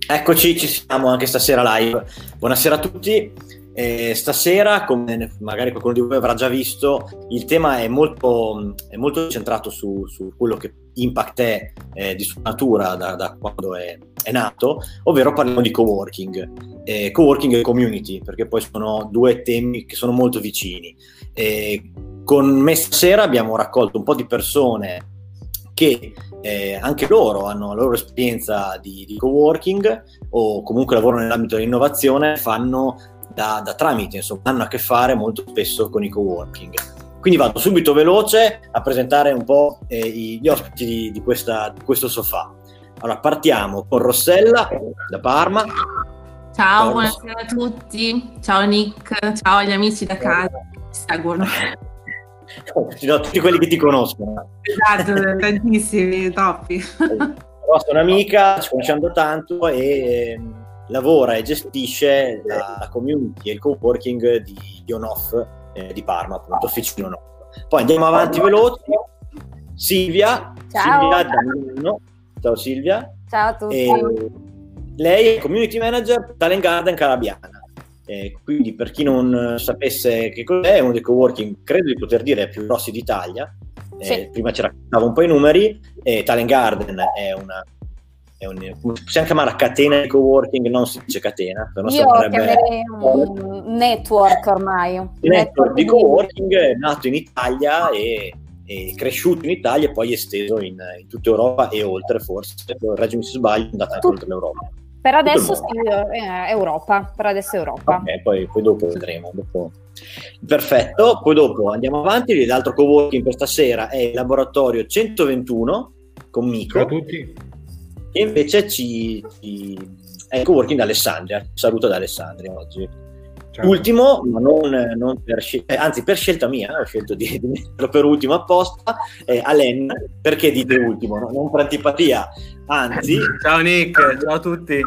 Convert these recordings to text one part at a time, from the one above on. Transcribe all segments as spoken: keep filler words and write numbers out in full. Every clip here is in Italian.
Eccoci, ci siamo anche stasera live. Buonasera a tutti. Eh, stasera, come magari qualcuno di voi avrà già visto, il tema è molto, è molto centrato su, su quello che Impact è eh, di sua natura da, da quando è, è nato, ovvero parliamo di coworking. Eh, coworking e community, perché poi sono due temi che sono molto vicini. Eh, con me stasera abbiamo raccolto un po' di persone che eh, anche loro hanno la loro esperienza di, di coworking o comunque lavorano nell'ambito dell'innovazione, fanno da, da tramite, insomma, hanno a che fare molto spesso con i coworking. Quindi vado subito veloce a presentare un po' eh, gli ospiti di, di, questa, di questo sofà. Allora, partiamo con Rossella da Parma. Ciao, ciao, buonasera a tutti. Ciao Nick, ciao agli amici da casa che ci seguono. Tutti quelli che ti conoscono. Esatto, tantissimi, troppi. Però sono un'amica, ci conosciamo tanto e eh, lavora e gestisce la, la community e il coworking di, di On-Off eh, di Parma, appunto, Officina On-Off. Poi andiamo avanti veloci. Silvia, ciao. Silvia da Milano. Ciao Silvia. Ciao a tutti. E lei è community manager Talent Garden Calabiana. Eh, quindi per chi non sapesse che cos'è, è uno dei coworking, credo di poter dire, più grossi d'Italia. Eh, sì. Prima ci raccontavo un po' i numeri. Eh, Talent Garden è una, è un, possiamo chiamarla catena di coworking, non si dice catena. Però io chiamerei un network ormai. Un network, network di coworking è nato in Italia e è cresciuto in Italia e poi esteso in, in tutta Europa e oltre, forse, reggimi se sbaglio, è andata anche Tut- oltre l'Europa. Per adesso sì, eh, Europa, per adesso Europa. Ok, poi, poi dopo vedremo. Dopo. Perfetto, poi dopo andiamo avanti. L'altro coworking questa sera è il laboratorio centoventuno con Mico. Ciao a tutti. E invece ci, ci è il coworking da Alessandria. Saluto da Alessandria oggi. Ciao. Ultimo, ma non, non per scelta, eh, anzi per scelta mia, ho scelto di, di metterlo per ultimo apposta, è Alen. Perché dite ultimo? No? Non per antipatia, anzi. Ciao Nick, ciao a tutti.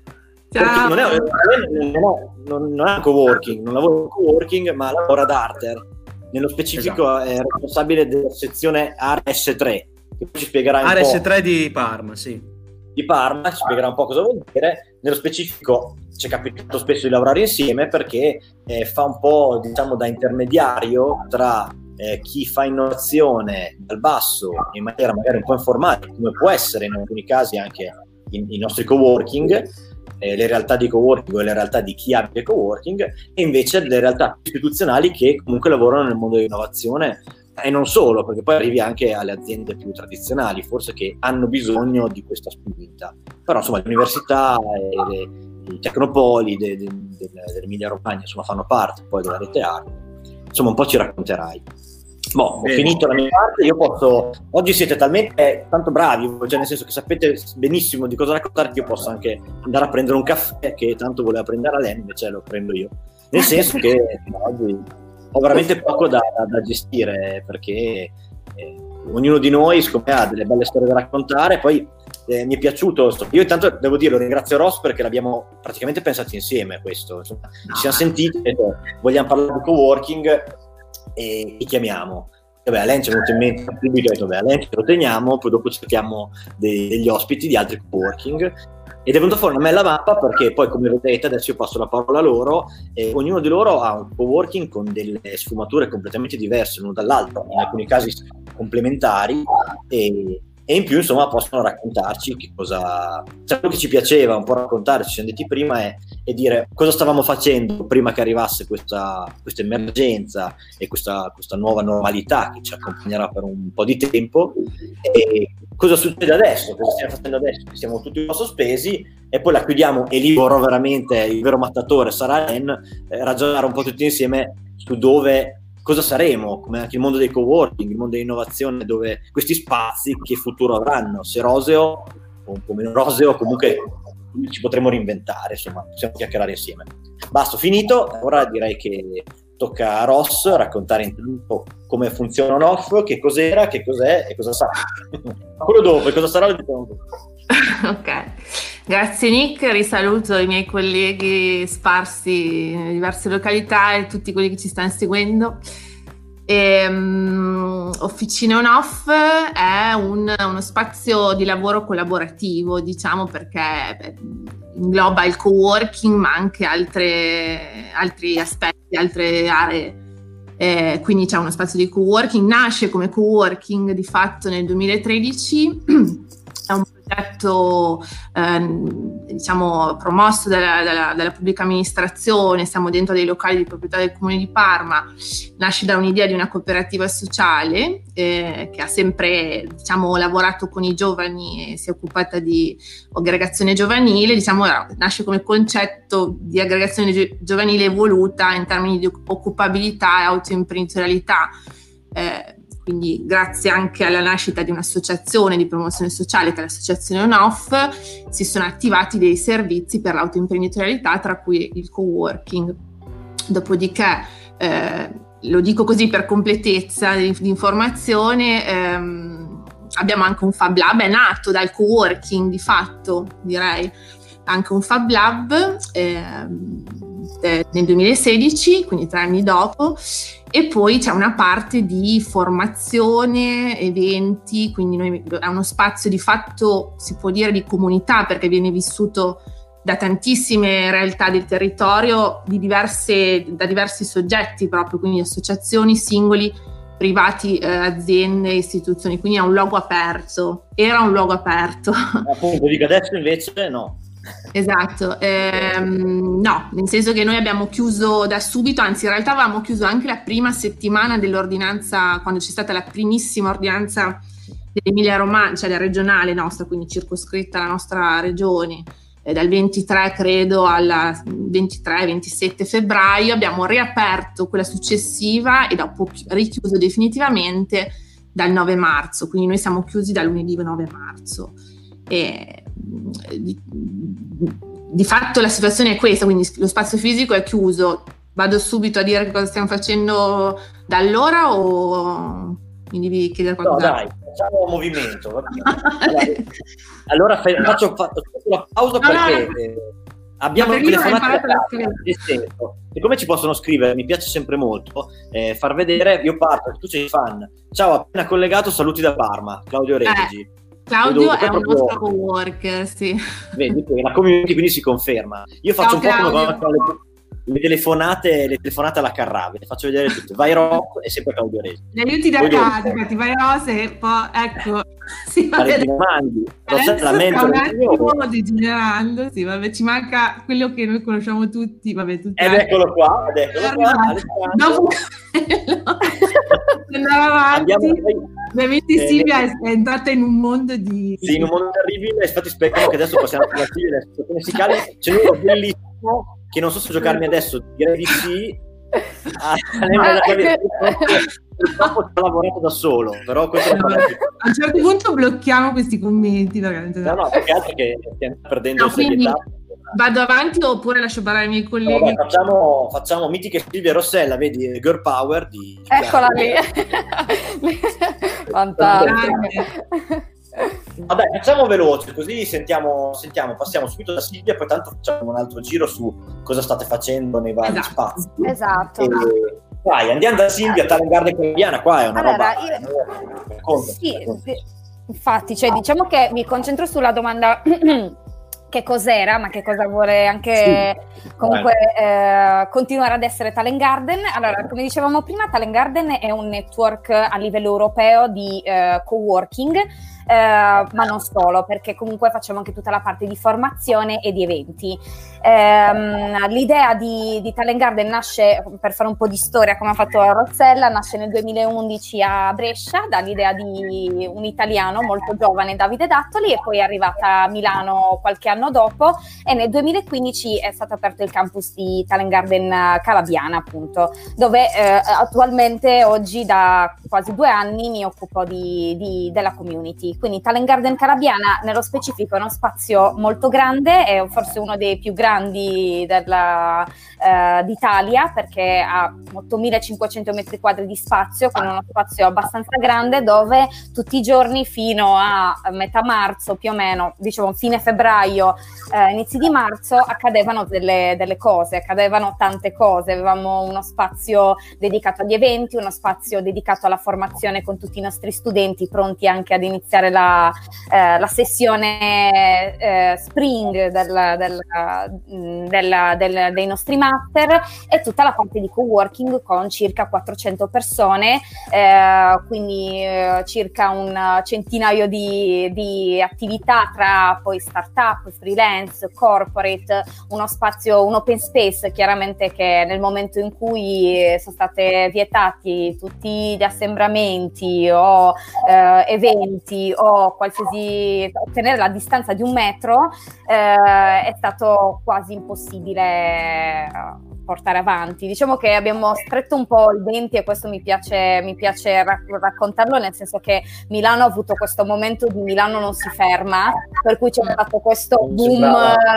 Ciao. Non è, non, è, non è un coworking, non lavora in coworking, ma lavora ad Arter. Nello specifico, esatto, è responsabile della sezione A R S tre, che poi ci spiegherà un A R S tre po'. Di Parma, sì. Di Parma, ci spiegherà un po' cosa vuol dire. Nello specifico ci è capitato spesso di lavorare insieme perché eh, fa un po', diciamo, da intermediario tra eh, chi fa innovazione dal basso in maniera magari un po' informale, come può essere in alcuni casi anche i nostri coworking, eh, le realtà di coworking o le realtà di chi abbia coworking, e invece le realtà istituzionali che comunque lavorano nel mondo dell'innovazione. E non solo, perché poi arrivi anche alle aziende più tradizionali, forse, che hanno bisogno di questa spinta. Però insomma le università e le, i tecnopoli de, de, de, dell'Emilia Romagna insomma fanno parte poi della rete arte. Insomma un po' ci racconterai. Boh, ho finito la mia parte, io posso, oggi siete talmente eh, tanto bravi, cioè nel senso che sapete benissimo di cosa raccontare, che io posso anche andare a prendere un caffè, che tanto voleva prendere a lei, invece lo prendo io. Nel senso che oggi ho veramente poco da, da, da gestire, perché eh, ognuno di noi siccome ha delle belle storie da raccontare. Poi eh, mi è piaciuto, io intanto devo dirlo, ringrazio Ross perché l'abbiamo praticamente pensato insieme a questo. Insomma, ci siamo sentiti, e vogliamo parlare di coworking e ti chiamiamo. Vabbè, Alen ci è venuto in mente subito, ho detto, vabbè, Alen ce lo teniamo, poi dopo cerchiamo dei, degli ospiti di altri coworking. Ed è venuta fuori una bella mappa, perché poi, come vedete, adesso io passo la parola a loro, e ognuno di loro ha un coworking con delle sfumature completamente diverse l'uno dall'altro, in alcuni casi complementari, e, e in più insomma possono raccontarci che cosa, cioè, quello che ci piaceva un po' raccontare, ci siamo detti prima, è, è dire cosa stavamo facendo prima che arrivasse questa, questa emergenza e questa, questa nuova normalità che ci accompagnerà per un po' di tempo, e cosa succede adesso, cosa stiamo facendo adesso, siamo tutti un po' sospesi, e poi la chiudiamo, e lì vorrò veramente, il vero mattatore sarà Len, eh, ragionare un po' tutti insieme su dove, cosa saremo, come anche il mondo dei coworking, il mondo dell'innovazione, dove questi spazi che futuro avranno, se roseo o un po' meno roseo, comunque ci potremo reinventare, insomma, possiamo chiacchierare insieme. Basta, ho finito, ora direi che tocca a Ross raccontare intanto come funziona On-Off, che cos'era, che cos'è e cosa sarà. Quello dopo, e cosa sarà lo diciamo dopo. Ok, grazie Nick, risaluto i miei colleghi sparsi in diverse località e tutti quelli che ci stanno seguendo. E, um, Officina On-Off è un, uno spazio di lavoro collaborativo, diciamo, perché beh, ingloba il co-working ma anche altre, altri aspetti, altre aree. Eh, quindi c'è uno spazio di co-working, nasce come co-working di fatto nel duemilatredici, è un progetto eh, diciamo promosso dalla, dalla, dalla pubblica amministrazione, siamo dentro dei locali di proprietà del Comune di Parma, nasce da un'idea di una cooperativa sociale eh, che ha sempre diciamo lavorato con i giovani e si è occupata di aggregazione giovanile, diciamo nasce come concetto di aggregazione gi- giovanile evoluta in termini di occupabilità e autoimprenditorialità. Eh, Quindi grazie anche alla nascita di un'associazione di promozione sociale che è l'associazione On-Off si sono attivati dei servizi per l'autoimprenditorialità, tra cui il co-working. Dopodiché, eh, lo dico così per completezza di, di informazione, ehm, abbiamo anche un Fab Lab, è nato dal co-working di fatto, direi, anche un Fab Lab ehm, nel duemilasedici, quindi tre anni dopo, e poi c'è una parte di formazione, eventi, quindi noi, è uno spazio di fatto, si può dire, di comunità, perché viene vissuto da tantissime realtà del territorio, di diverse, da diversi soggetti proprio, quindi associazioni, singoli, privati, eh, aziende, istituzioni, quindi è un luogo aperto, era un luogo aperto. Appunto, dico adesso invece no. Esatto, ehm, no, nel senso che noi abbiamo chiuso da subito, anzi in realtà avevamo chiuso anche la prima settimana dell'ordinanza, quando c'è stata la primissima ordinanza dell'Emilia Romagna, cioè la regionale nostra, quindi circoscritta la nostra regione, eh, dal ventitré credo al ventitré ventisette febbraio, abbiamo riaperto quella successiva e dopo richiuso definitivamente dal nove marzo, quindi noi siamo chiusi dal lunedì nove marzo. E, di, di fatto la situazione è questa, quindi lo spazio fisico è chiuso. Vado subito a dire che cosa stiamo facendo da allora o mi devi chiedere qualcosa? No dai, facciamo un movimento, va bene. Allora, allora faccio, faccio la pausa no, perché no. Eh, abbiamo no, telefonato nel senso, e come ci possono scrivere, mi piace sempre molto eh, far vedere, io parto, tu sei fan, ciao, appena collegato, saluti da Parma, Claudio Regi. Eh. Claudio è un proprio... nostro co-worker, sì. Vedi, la community quindi si conferma. Io faccio Ciao, un po' Claudio. come le, le telefonate, le telefonate alla Carrave, le faccio vedere tutte. Vai Rock e sempre Claudio Resi. Le aiuti da casa, infatti vai Rose e poi ecco. Sì, vabbè. Mandi, adesso sta un io... attimo degenerando, sì, vabbè, ci manca quello che noi conosciamo tutti, vabbè, tutti. Ed eccolo qua, ed eccolo qua. Dopo andava avanti. Abbiamo... Ovviamente eh, Silvia è, è entrata in un mondo di... Sì, in un mondo terribile, infatti spero che adesso possiamo fare la situazione musicale. C'è uno bellissimo, che non so se giocarmi adesso, direi di sì. Ah, dopo ho lavorato da solo, però questo no, a un certo punto blocchiamo questi commenti. Perché... No, no, perché altro che stiamo perdendo no, serietà. Vado avanti oppure lascio parlare ai miei colleghi? No, beh, facciamo, facciamo mitiche Silvia Rossella, vedi, Girl Power di... Eccola lì. Fantastico. Vabbè, facciamo veloce, così sentiamo, sentiamo, passiamo subito da Silvia, poi tanto facciamo un altro giro su cosa state facendo nei vari esatto. spazi. Esatto. E, vai, andiamo da Silvia, Talent Garden Calabiana, qua è una allora, roba... Io... Racconta, sì, racconta. Infatti, cioè, diciamo che mi concentro sulla domanda... che cos'era, ma che cosa vuole anche sì, comunque eh, continuare ad essere Talent Garden. Allora, come dicevamo prima, Talent Garden è un network a livello europeo di eh, co-working, eh, ma non solo, perché comunque facciamo anche tutta la parte di formazione e di eventi. Eh, l'idea di, di Talent Garden nasce, per fare un po' di storia come ha fatto Rossella, nasce nel duemilaundici a Brescia dall'idea di un italiano molto giovane, Davide Dattoli, e poi è arrivata a Milano qualche anno dopo, e nel duemilaquindici è stato aperto il campus di Talent Garden Calabiana, appunto, dove eh, attualmente oggi da quasi due anni mi occupo di, di, della community. Quindi Talent Garden Calabiana nello specifico è uno spazio molto grande, è forse uno dei più grandi della, eh, d'Italia, perché ha ottomilacinquecento metri quadri di spazio, quindi uno spazio abbastanza grande dove tutti i giorni fino a metà marzo più o meno, diciamo fine febbraio, eh, inizi di marzo, accadevano delle, delle cose, accadevano tante cose. Avevamo uno spazio dedicato agli eventi, uno spazio dedicato alla formazione con tutti i nostri studenti pronti anche ad iniziare essere la, eh, la sessione eh, spring del, del, del, del, dei nostri master, e tutta la parte di coworking con circa quattrocento persone, eh, quindi eh, circa un centinaio di, di attività tra poi startup, freelance, corporate, uno spazio, un open space chiaramente che nel momento in cui sono state vietati tutti gli assembramenti o eh, eventi o qualsiasi, tenere la distanza di un metro eh, è stato quasi impossibile portare avanti. Diciamo che abbiamo stretto un po' i denti, e questo mi piace, mi piace raccontarlo, nel senso che Milano ha avuto questo momento di Milano non si ferma, per cui c'è stato questo boom.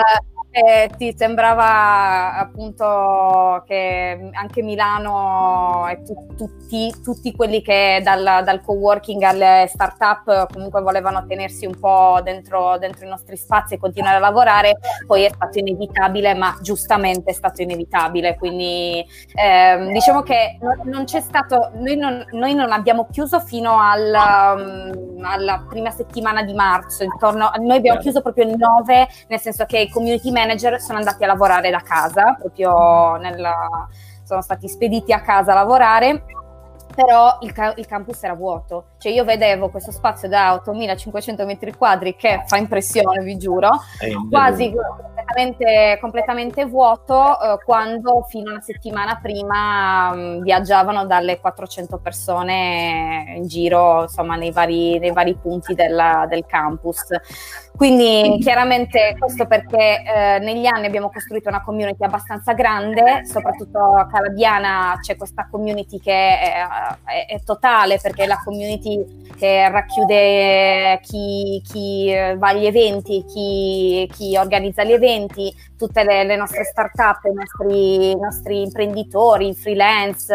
Eh, ti sembrava appunto che anche Milano e tu, tutti, tutti quelli che dal, dal coworking alle startup comunque volevano tenersi un po' dentro, dentro i nostri spazi e continuare a lavorare, poi è stato inevitabile, ma giustamente è stato inevitabile, quindi eh, diciamo che non, non c'è stato, noi non, noi non abbiamo chiuso fino al, um, alla prima settimana di marzo, intorno, noi abbiamo chiuso proprio il nove, nel senso che i community manager sono andati a lavorare da casa, proprio nel, sono stati spediti a casa a lavorare, però il, ca- il campus era vuoto, cioè io vedevo questo spazio da ottomilacinquecento metri quadri che fa impressione, vi giuro, quasi completamente, completamente vuoto, eh, quando fino a una settimana prima mh, viaggiavano dalle quattrocento persone in giro, insomma, nei vari, nei vari punti della, del campus. Quindi chiaramente questo perché eh, negli anni abbiamo costruito una community abbastanza grande, soprattutto a Calabiana c'è questa community che è, è, è totale, perché è la community che racchiude chi, chi va agli eventi, chi, chi organizza gli eventi, tutte le, le nostre start-up, i nostri, i nostri imprenditori, i freelance,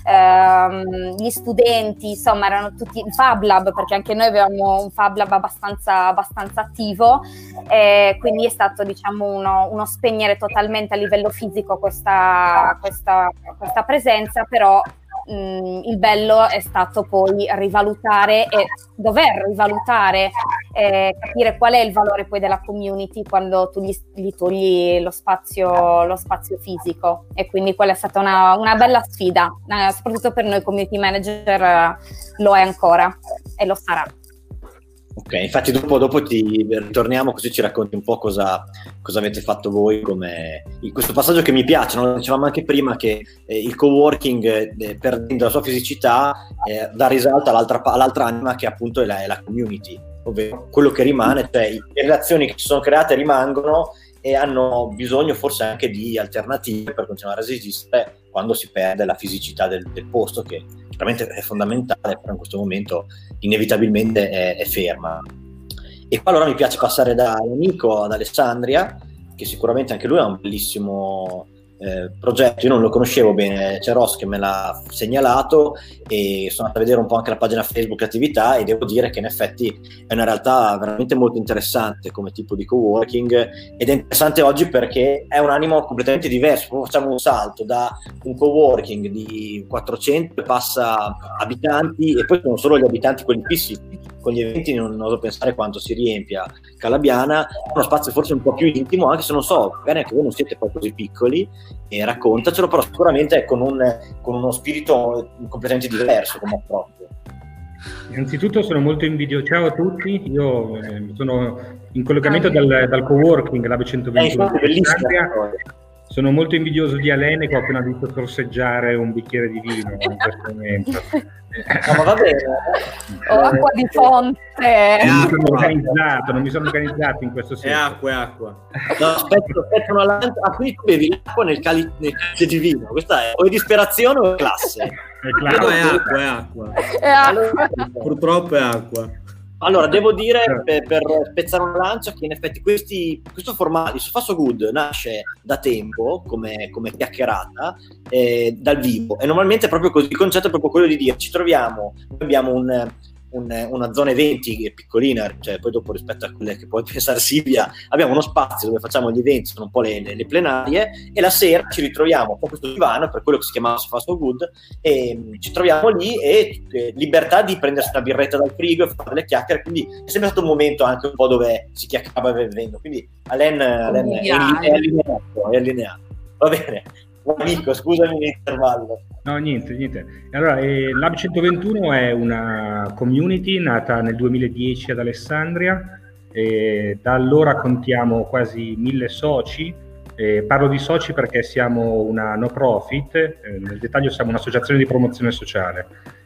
ehm, gli studenti, insomma erano tutti in Fab Lab, perché anche noi avevamo un Fab Lab abbastanza, abbastanza attivo, e quindi è stato, diciamo, uno, uno spegnere totalmente a livello fisico questa, questa, questa presenza, però mh, il bello è stato poi rivalutare e dover rivalutare, eh, capire qual è il valore poi della community quando tu gli, gli togli lo spazio, lo spazio fisico, e quindi quella è stata una, una bella sfida, eh, soprattutto per noi community manager, eh, lo è ancora e lo sarà. Ok, infatti dopo, dopo ti ritorniamo, così ci racconti un po' cosa, cosa avete fatto voi, come in questo passaggio che mi piace, no? Dicevamo anche prima che eh, il coworking, eh, perdendo la sua fisicità, eh, dà risalto all'altra, all'altra anima che appunto è la, è la community, ovvero quello che rimane, cioè le relazioni che si sono create rimangono e hanno bisogno forse anche di alternative per continuare a esistere quando si perde la fisicità del, del posto, che chiaramente è fondamentale, però in questo momento inevitabilmente è, è ferma. E qua allora mi piace passare dall'amico ad Alessandria, che sicuramente anche lui ha un bellissimo eh, progetto. Io non lo conoscevo bene, c'è Ross che me l'ha segnalato e sono andato a vedere un po' anche la pagina Facebook attività, e devo dire che in effetti è una realtà veramente molto interessante come tipo di coworking, ed è interessante oggi perché è un animo completamente diverso. Facciamo un salto da un coworking di quattrocento e passa abitanti, e poi sono solo gli abitanti quelli fissi. Con gli eventi non oso pensare quanto si riempia Calabiana, uno spazio forse un po' più intimo, anche se non so, magari anche voi non siete poi così piccoli, e raccontacelo, però sicuramente con, un, con uno spirito completamente diverso come approccio. Innanzitutto sono molto invidioso, ciao a tutti, io eh, sono in collegamento dal, dal coworking Lab centoventuno, è bellissimo. Sono molto invidioso di Alene, che ho appena visto sorseggiare un bicchiere di vino in questo momento. No, ma va bene. Ho oh, acqua di fonte. Non mi sono organizzato, non mi sono organizzato in questo senso. È acqua, è acqua. No, aspetta, aspetta una lancia. Ah, quindi tu bevi l'acqua nel calice di vino. Questa è o è disperazione o è classe? È classe. No, è acqua, è acqua. È acqua. Purtroppo è acqua. Allora, devo dire, per, per spezzare una lancia, che in effetti questi, questo formato, il So Good, nasce da tempo come, come chiacchierata eh, dal vivo, e normalmente è proprio così. Il concetto è proprio quello di dire: ci troviamo, abbiamo un, un, una zona eventi che è piccolina, cioè poi dopo rispetto a quelle che puoi pensare Silvia, abbiamo uno spazio dove facciamo gli eventi, sono un po' le, le, le plenarie, e la sera ci ritroviamo con questo divano, per quello che si chiamava So Far So Good, e um, ci troviamo lì e eh, libertà di prendersi una birretta dal frigo e fare delle chiacchiere, quindi è sempre stato un momento anche un po' dove si chiacchierava bevendo, quindi Alain, Alain è, è allineato, è allineato. Va bene. Amico, scusami l'intervallo. No, niente, niente. Allora, eh, Lab centoventuno è una community nata nel duemiladieci ad Alessandria, e da allora contiamo quasi mille soci. Eh, parlo di soci perché siamo una no profit, eh, nel dettaglio siamo un'associazione di promozione sociale.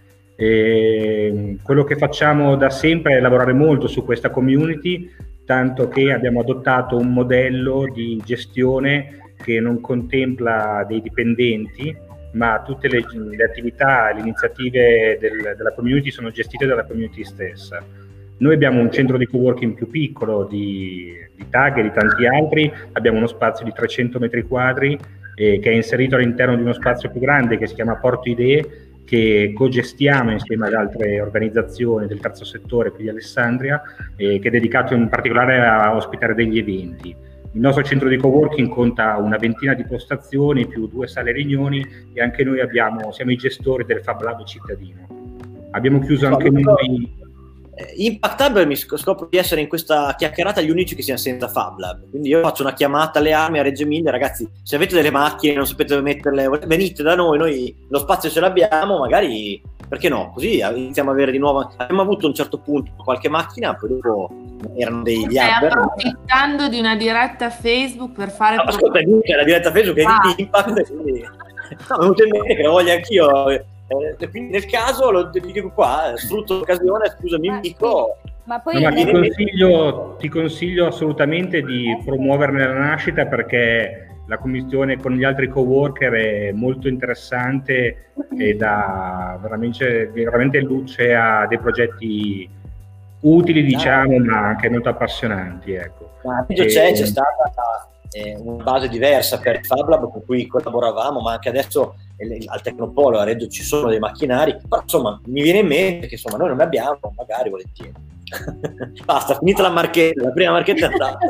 E quello che facciamo da sempre è lavorare molto su questa community, tanto che abbiamo adottato un modello di gestione che non contempla dei dipendenti, ma tutte le, le attività, le iniziative del, della community sono gestite dalla community stessa. Noi abbiamo un centro di coworking più piccolo di, di Tag e di tanti altri, abbiamo uno spazio di trecento metri quadri eh, che è inserito all'interno di uno spazio più grande che si chiama Porto Idee, che co-gestiamo insieme ad altre organizzazioni del terzo settore qui di Alessandria, eh, che è dedicato in particolare a ospitare degli eventi. Il nostro centro di coworking conta una ventina di postazioni più due sale riunioni e anche noi abbiamo, siamo i gestori del Fab Lab cittadino. Abbiamo chiuso anche noi... Impact Hub mi scopro di essere in questa chiacchierata gli unici che siano senza Fab Lab, quindi io faccio una chiamata alle armi a Reggio Emilia: ragazzi, se avete delle macchine non sapete dove metterle, venite da noi, noi lo spazio ce l'abbiamo, magari, perché no, così iniziamo a avere di nuovo. Abbiamo avuto a un certo punto qualche macchina, poi dopo erano dei Stai approfittando di una diretta Facebook per fare... No, ascolta, la diretta Facebook è ah. di Impact, quindi no, mi è venuto in mente che la voglio anch'io. Eh, quindi nel caso lo dico qua, sfrutto l'occasione, scusami ma, amico. Ma poi no, ma ti, consiglio, ti consiglio assolutamente di promuoverne la nascita, perché la commissione con gli altri coworker è molto interessante e dà veramente, veramente luce a dei progetti utili, diciamo, ma anche molto appassionanti. Ecco. Ma e, c'è, c'è stata eh, una base diversa per il Fab Lab con cui collaboravamo, ma anche adesso al Tecnopolo a Reggio ci sono dei macchinari, però insomma mi viene in mente che insomma noi non ne abbiamo, magari volentieri. Basta, finita la marchetta, la prima marchetta è andata.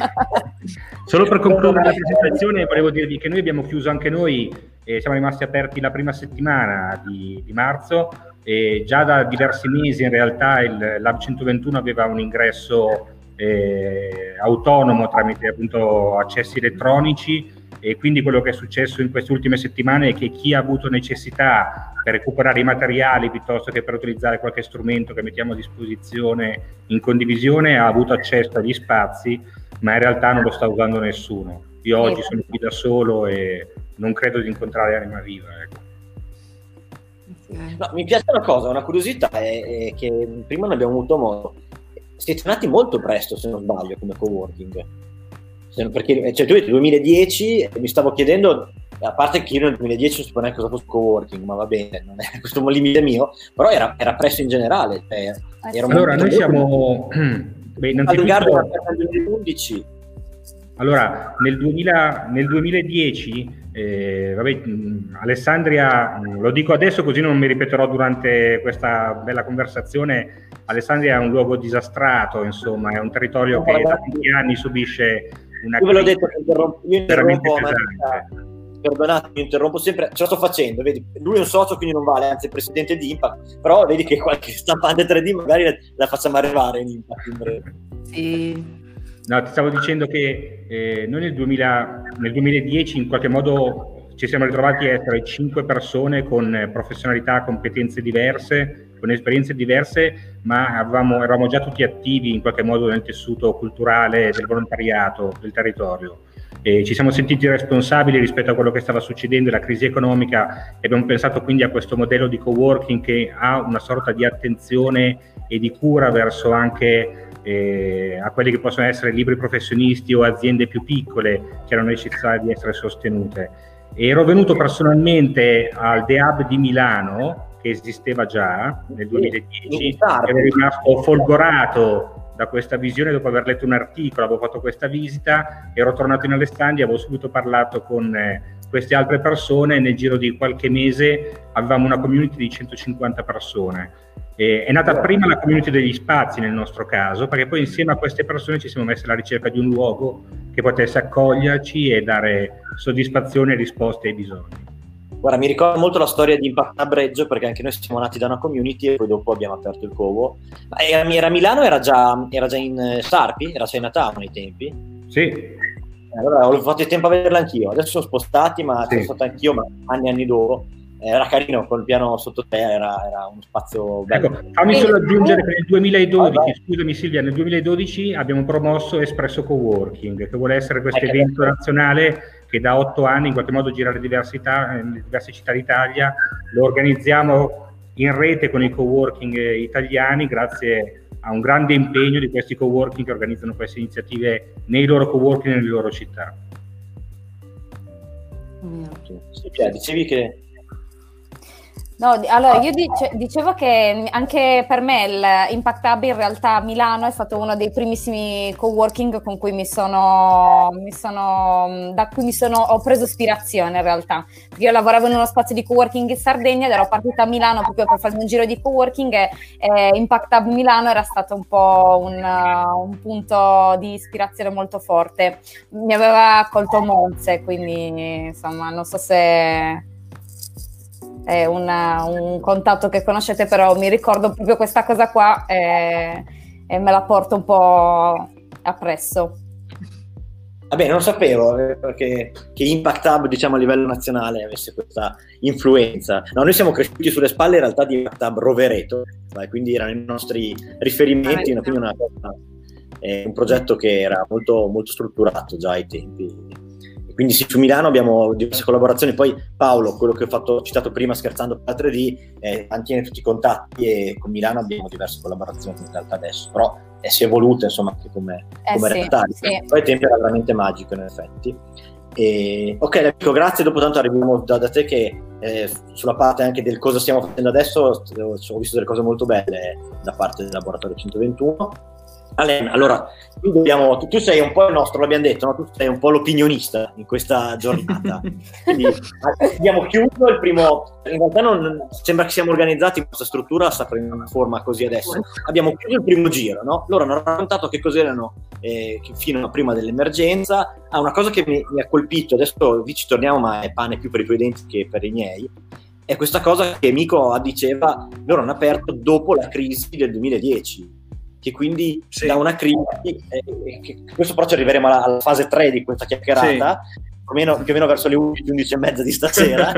Solo per concludere la presentazione volevo dirvi che noi abbiamo chiuso anche noi, eh, siamo rimasti aperti la prima settimana di, di marzo, e già da diversi mesi in realtà il Lab centoventuno aveva un ingresso eh, autonomo tramite appunto accessi elettronici. E quindi quello che è successo in queste ultime settimane è che chi ha avuto necessità per recuperare i materiali piuttosto che per utilizzare qualche strumento che mettiamo a disposizione in condivisione ha avuto accesso agli spazi, ma in realtà non lo sta usando nessuno. Io oggi sono qui da solo e non credo di incontrare anima viva. Ecco. No, mi piace una cosa, una curiosità è, è che prima ne abbiamo avuto modo. Siete nati molto presto, se non sbaglio, come coworking. Perché cioè, tu nel duemiladieci mi stavo chiedendo, a parte che io nel duemiladieci non sapevo neanche cosa fosse coworking, ma va bene, non è questo limite mio, però era, era presto in generale. Cioè, era allora noi siamo beh, innanzitutto nel duemilaundici. Allora nel, duemila, nel duemiladieci eh, vabbè, mh, Alessandria, mh, lo dico adesso così non mi ripeterò durante questa bella conversazione, Alessandria è un luogo disastrato, insomma è un territorio no, che da tanti anni subisce una io ve l'ho detto, io interrompo, ma perdonate, mi interrompo sempre, ce la sto facendo, vedi, lui è un socio quindi non vale, anzi è il presidente di Impact, però vedi che qualche stampante tre D magari la, la facciamo arrivare in Impact in breve. Sì. No, ti stavo dicendo che eh, noi nel, duemila, nel duemiladieci in qualche modo ci siamo ritrovati a essere cinque persone con professionalità, competenze diverse, con esperienze diverse, ma avevamo, eravamo già tutti attivi in qualche modo nel tessuto culturale del volontariato del territorio. E ci siamo sentiti responsabili rispetto a quello che stava succedendo, la crisi economica, e abbiamo pensato quindi a questo modello di coworking che ha una sorta di attenzione e di cura verso anche eh, a quelli che possono essere liberi professionisti o aziende più piccole che hanno necessità di essere sostenute. E ero venuto personalmente al The Hub di Milano, che esisteva già nel duemiladieci, e ero rimasto folgorato da questa visione dopo aver letto un articolo, avevo fatto questa visita, ero tornato in Alessandria, avevo subito parlato con eh, queste altre persone e nel giro di qualche mese avevamo una community di centocinquanta persone. Eh, è nata prima la community degli spazi nel nostro caso, perché poi insieme a queste persone ci siamo messi alla ricerca di un luogo che potesse accoglierci e dare soddisfazione e risposte ai bisogni. Guarda, mi ricorda molto la storia di Impact Hub Reggio, perché anche noi siamo nati da una community e poi dopo abbiamo aperto il covo. Ma era, era Milano, era già, era già in Sarpi? Era Chinatown ai tempi? Sì. Allora ho fatto il tempo a vederla anch'io, adesso sono spostati, ma sì. sono stato anch'io, ma anni e anni dopo. Era carino, col piano sotto te, era, era uno spazio bello. Ecco, fammi solo aggiungere che nel duemiladodici, oh, scusami Silvia, nel duemiladodici abbiamo promosso Espresso Coworking, che vuole essere questo evento nazionale che da otto anni in qualche modo gira le diverse, le diverse città d'Italia. Lo organizziamo in rete con i coworking italiani grazie a un grande impegno di questi coworking che organizzano queste iniziative nei loro coworking e nelle loro città. Sì, Pia, dicevi che... No, allora io dice, dicevo che anche per me l'Impact Hub in realtà a Milano è stato uno dei primissimi coworking con cui mi sono, mi sono da cui mi sono ho preso ispirazione in realtà, perché io lavoravo in uno spazio di coworking in Sardegna ed ero partita a Milano proprio per fare un giro di coworking e eh, Impact Hub Milano era stato un po' un, uh, un punto di ispirazione molto forte, mi aveva accolto Monze, quindi insomma non so se è una, un contatto che conoscete, però mi ricordo proprio questa cosa qua e, e me la porto un po' appresso. Vabbè, non sapevo che, che Impact Hub, diciamo, a livello nazionale avesse questa influenza. No, noi siamo cresciuti sulle spalle in realtà di Impact Hub Rovereto, quindi erano i nostri riferimenti, ah, quindi una cosa, eh, un progetto che era molto, molto strutturato già ai tempi. Quindi sì, su Milano abbiamo diverse collaborazioni, poi Paolo, quello che ho fatto, ho citato prima scherzando per tre D, eh, mantiene tutti i contatti e con Milano abbiamo diverse collaborazioni in realtà adesso, però eh, si è evoluta insomma anche come, eh come sì, realtà, sì. Poi il tempo era veramente magico in effetti. E, ok, Enrico, grazie, dopo tanto arriviamo da, da te che eh, sulla parte anche del cosa stiamo facendo adesso ho visto delle cose molto belle da parte del laboratorio centoventuno. Alain, allora tu, dobbiamo, tu, tu sei un po' il nostro, l'abbiamo detto, no? Tu sei un po' l'opinionista in questa giornata. Quindi abbiamo chiuso il primo, in realtà non sembra che siamo organizzati in questa struttura, sta prendendo una forma così adesso. Abbiamo chiuso il primo giro, no? Loro hanno raccontato che cos'erano eh, fino a prima dell'emergenza. Ah, una cosa che mi, mi ha colpito, adesso vi ci torniamo, ma è pane più per i tuoi denti che per i miei, è questa cosa che Mico diceva, loro hanno aperto dopo la crisi del duemiladieci. Che quindi sì. Da una crisi, eh, che questo però ci arriveremo alla, alla fase tre di questa chiacchierata, sì. più, o meno, più o meno verso le undici, undici e mezza di stasera.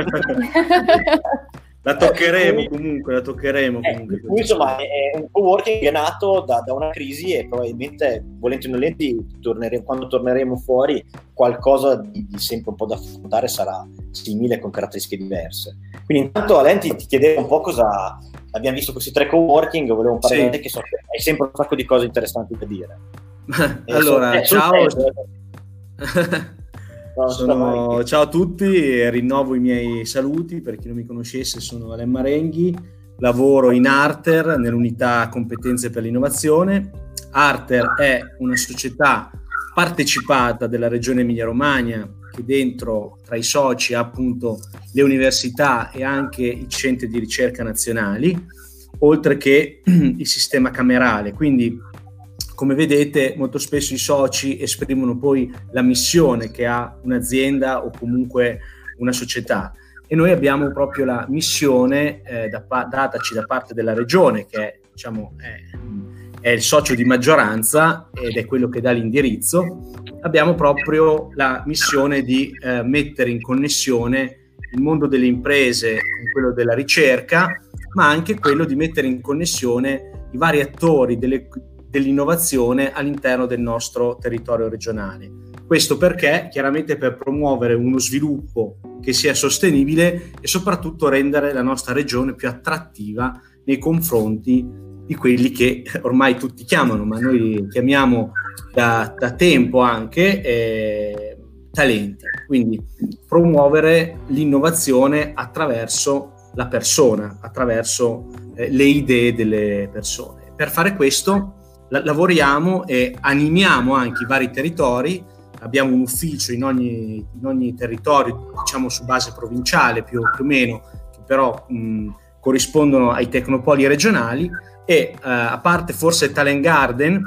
La toccheremo comunque, la toccheremo comunque. Eh, insomma, è un coworking che è nato da, da una crisi e probabilmente, volenti o nolenti, torneremo, quando torneremo fuori, qualcosa di, di sempre un po' da affrontare sarà simile con caratteristiche diverse. Quindi intanto Alain ti, ti chiedevo un po' cosa... Abbiamo visto questi tre coworking, volevo parlare sì. di te che so che hai sempre un sacco di cose interessanti da dire. Allora, eh, ciao. No, sono... Ciao a tutti e rinnovo i miei saluti. Per chi non mi conoscesse, sono Alain Marenghi, lavoro in Arter nell'unità competenze per l'innovazione. Arter è una società partecipata della regione Emilia-Romagna che dentro tra i soci ha appunto le università e anche i centri di ricerca nazionali, oltre che il sistema camerale. Quindi, come vedete, molto spesso i soci esprimono poi la missione che ha un'azienda o comunque una società. E noi abbiamo proprio la missione eh, da, dataci da parte della regione, che è, diciamo, è, è il socio di maggioranza ed è quello che dà l'indirizzo. Abbiamo proprio la missione di eh, mettere in connessione il mondo delle imprese con quello della ricerca, ma anche quello di mettere in connessione i vari attori delle, dell'innovazione all'interno del nostro territorio regionale. Questo perché? Chiaramente per promuovere uno sviluppo che sia sostenibile e soprattutto rendere la nostra regione più attrattiva nei confronti di quelli che ormai tutti chiamano, ma noi chiamiamo da, da tempo anche eh, talenti. Quindi promuovere l'innovazione attraverso la persona, attraverso eh, le idee delle persone. Per fare questo la- lavoriamo e animiamo anche i vari territori. Abbiamo un ufficio in ogni, in ogni territorio, diciamo su base provinciale più, più o meno, che però mh, corrispondono ai tecnopoli regionali e uh, a parte forse Talent Garden,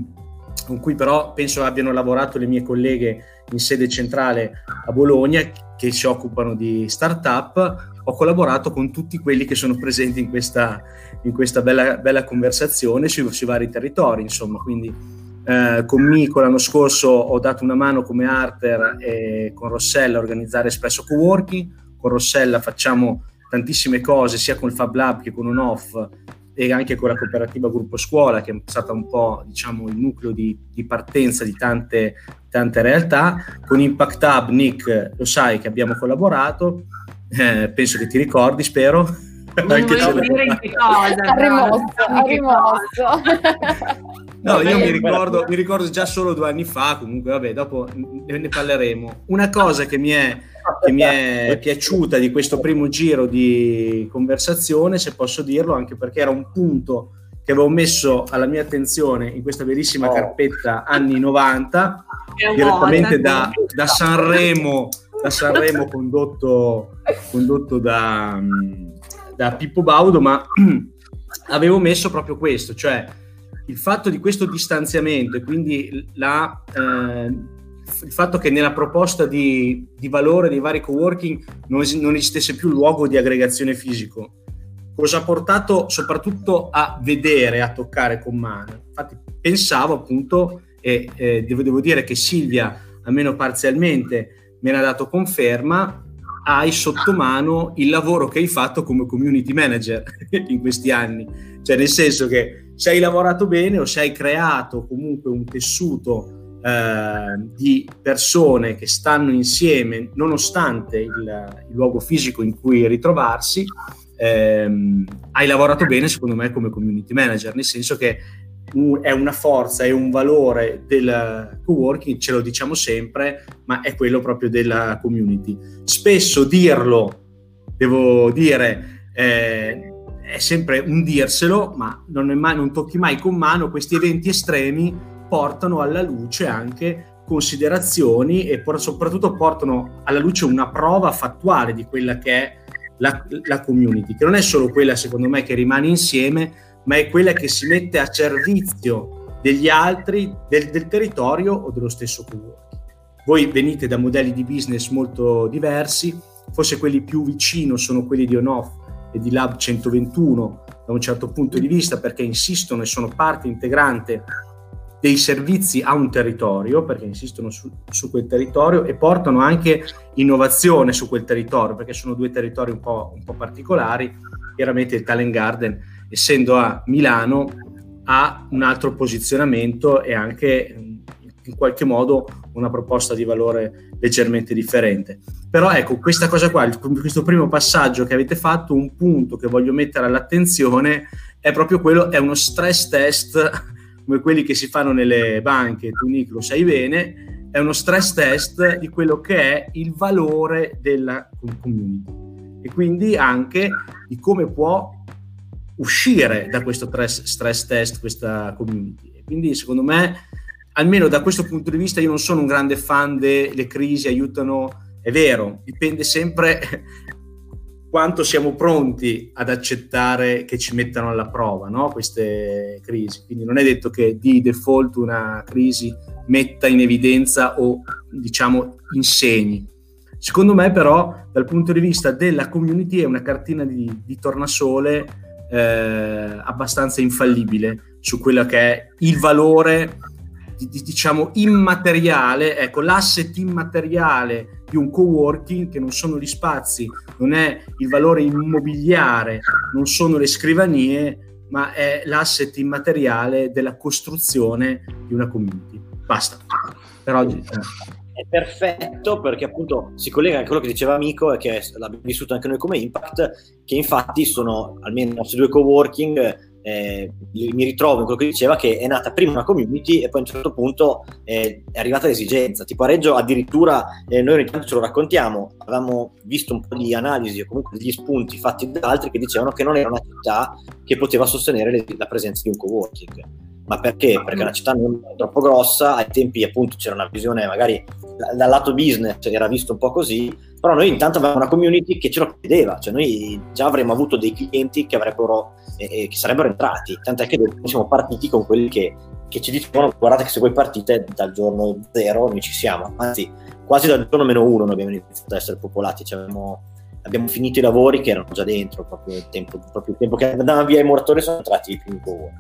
con cui però penso abbiano lavorato le mie colleghe in sede centrale a Bologna, che si occupano di startup, ho collaborato con tutti quelli che sono presenti in questa, in questa bella, bella conversazione sui, sui vari territori, insomma. Quindi eh, con Mico l'anno scorso ho dato una mano come Arter e con Rossella a organizzare Espresso Coworking. Con Rossella facciamo tantissime cose sia con il Fab Lab che con On-Off e anche con la cooperativa Gruppo Scuola, che è stata un po', diciamo, il nucleo di, di partenza di tante, tante realtà. Con Impact Hub, Nick, lo sai che abbiamo collaborato, eh, penso che ti ricordi, spero. Non anche voglio dire in che cosa. Ha rimosso, ha rimosso. No, io mi ricordo, mi ricordo già solo due anni fa, comunque vabbè, dopo ne parleremo. Una cosa che mi è, che mi è piaciuta di questo primo giro di conversazione, se posso dirlo, anche perché era un punto che avevo messo alla mia attenzione in questa bellissima oh. carpetta anni novanta, direttamente da, da Sanremo, da Sanremo condotto, condotto da, da Pippo Baudo, ma avevo messo proprio questo, cioè il fatto di questo distanziamento e quindi la, eh, il fatto che nella proposta di, di valore dei vari coworking non, es- non esistesse più luogo di aggregazione fisico, cosa ha portato soprattutto a vedere, a toccare con mano. Infatti pensavo appunto, e eh, devo, devo dire che Silvia, almeno parzialmente, me ne ha dato conferma, hai sotto mano il lavoro che hai fatto come community manager in questi anni, cioè nel senso che se hai lavorato bene o se hai creato comunque un tessuto eh, di persone che stanno insieme nonostante il, il luogo fisico in cui ritrovarsi, ehm, hai lavorato bene secondo me come community manager, nel senso che è una forza, è un valore del coworking, ce lo diciamo sempre, ma è quello proprio della community. Spesso dirlo, devo dire, eh, è sempre un dirselo, ma non, è mai, non tocchi mai con mano. Questi eventi estremi portano alla luce anche considerazioni e por- soprattutto portano alla luce una prova fattuale di quella che è la, la community, che non è solo quella, secondo me, che rimane insieme, ma è quella che si mette a servizio degli altri, del, del territorio o dello stesso coworking. Voi venite da modelli di business molto diversi, forse quelli più vicino sono quelli di On-Off e di Lab centoventuno da un certo punto di vista, perché insistono e sono parte integrante dei servizi a un territorio, perché insistono su, su quel territorio e portano anche innovazione su quel territorio, perché sono due territori un po', un po' particolari. Chiaramente il Talent Garden, essendo a Milano, ha un altro posizionamento e anche in qualche modo una proposta di valore leggermente differente. Però ecco, questa cosa qua, questo primo passaggio che avete fatto, un punto che voglio mettere all'attenzione è proprio quello, è uno stress test come quelli che si fanno nelle banche, tu Nick lo sai bene, è uno stress test di quello che è il valore della community e quindi anche di come può uscire da questo stress test questa community. E quindi secondo me, almeno da questo punto di vista, io non sono un grande fan delle crisi aiutano, è vero, dipende sempre quanto siamo pronti ad accettare che ci mettano alla prova, no? Queste crisi. Quindi non è detto che di default una crisi metta in evidenza o diciamo insegni. Secondo me però dal punto di vista della community è una cartina di, di tornasole eh, abbastanza infallibile su quello che è il valore di, di, diciamo immateriale, ecco, l'asset immateriale di un coworking, che non sono gli spazi, non è il valore immobiliare, non sono le scrivanie, ma è l'asset immateriale della costruzione di una community. Basta. Per oggi eh. È perfetto, perché appunto si collega anche a quello che diceva Amico e che l'abbiamo vissuto anche noi come Impact, che infatti sono almeno i nostri due coworking. Eh, mi ritrovo in quello che diceva, che è nata prima una community e poi a un certo punto eh, è arrivata l'esigenza. Tipo a Reggio addirittura eh, noi ogni tanto ce lo raccontiamo, avevamo visto un po' di analisi o comunque degli spunti fatti da altri che dicevano che non era una città che poteva sostenere le, la presenza di un coworking. Ma perché? Perché una città non è troppo grossa, ai tempi appunto c'era una visione magari dal lato business era visto un po' così, però noi intanto avevamo una community che ce lo chiedeva, cioè noi già avremmo avuto dei clienti che avrebbero eh, che sarebbero entrati, tant'è che siamo partiti con quelli che, che ci dicevano: guardate che se voi partite dal giorno zero noi ci siamo, anzi quasi dal giorno meno uno noi abbiamo iniziato ad essere popolati, cioè abbiamo, abbiamo finito i lavori che erano già dentro, proprio il tempo, proprio il tempo che andavano via i muratori sono entrati i primi cowork.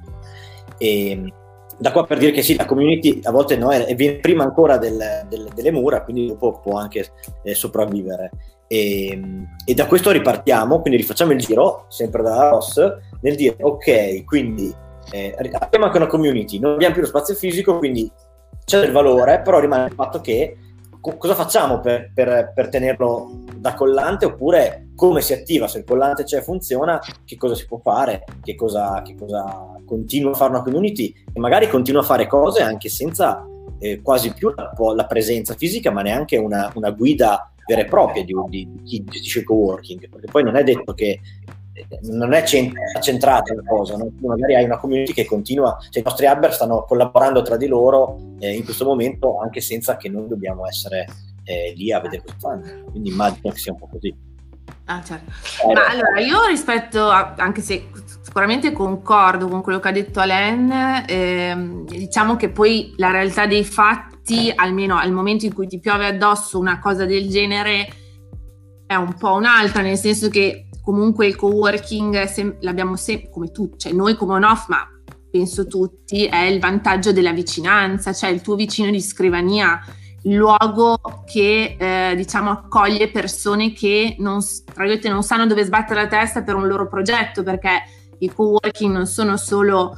E da qua per dire che sì, la community a volte no, è, viene prima ancora del, del, delle mura, quindi dopo può anche eh, sopravvivere. E, e da questo ripartiamo, quindi rifacciamo il giro, sempre dalla Ross, nel dire ok, quindi eh, abbiamo anche una community, non abbiamo più lo spazio fisico, quindi c'è del valore, però rimane il fatto che co- cosa facciamo per, per, per tenerlo da collante, oppure come si attiva, se il collante c'è e funziona, che cosa si può fare, che cosa, che cosa continua a fare una community, e magari continua a fare cose anche senza eh, quasi più la, la presenza fisica, ma neanche una, una guida vera e propria di, di, di chi gestisce il coworking, perché poi non è detto che eh, non è centrata la cosa, no? Magari hai una community che continua, cioè i nostri hubber stanno collaborando tra di loro eh, in questo momento, anche senza che noi dobbiamo essere eh, lì a vedere cosa fanno, quindi immagino che sia un po' così. Ah, certo. Ma allora io rispetto a, anche se sicuramente concordo con quello che ha detto Alain, ehm, diciamo che poi la realtà dei fatti, almeno al momento in cui ti piove addosso una cosa del genere, è un po' un'altra, nel senso che comunque il coworking sem- l'abbiamo sempre, come tutti, cioè noi come on-off, ma penso tutti, è il vantaggio della vicinanza, cioè il tuo vicino di scrivania, il luogo che eh, diciamo accoglie persone che non, tra virgolette, non sanno dove sbattere la testa per un loro progetto, perché i coworking non sono solo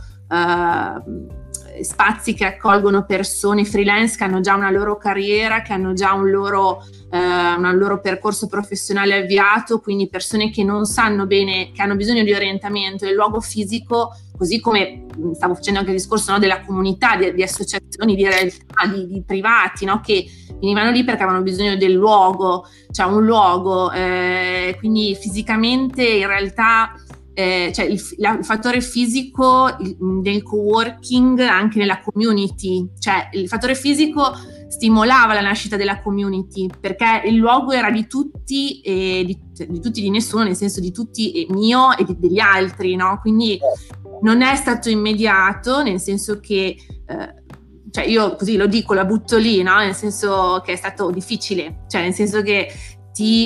eh, spazi che accolgono persone freelance che hanno già una loro carriera, che hanno già un loro, eh, un loro percorso professionale avviato, quindi persone che non sanno bene, che hanno bisogno di orientamento. Il luogo fisico, così come stavo facendo anche il discorso, no, della comunità, di, di associazioni, di realtà, di, di privati, no, che venivano lì perché avevano bisogno del luogo, cioè un luogo, eh, quindi fisicamente in realtà eh, cioè il, la, il fattore fisico il, del coworking anche nella community, cioè il fattore fisico stimolava la nascita della community, perché il luogo era di tutti e di, di tutti di nessuno, nel senso di tutti e mio e di, degli altri, no? Quindi non è stato immediato, nel senso che eh, cioè io così lo dico, la butto lì, no? Nel senso che è stato difficile, cioè nel senso che ti,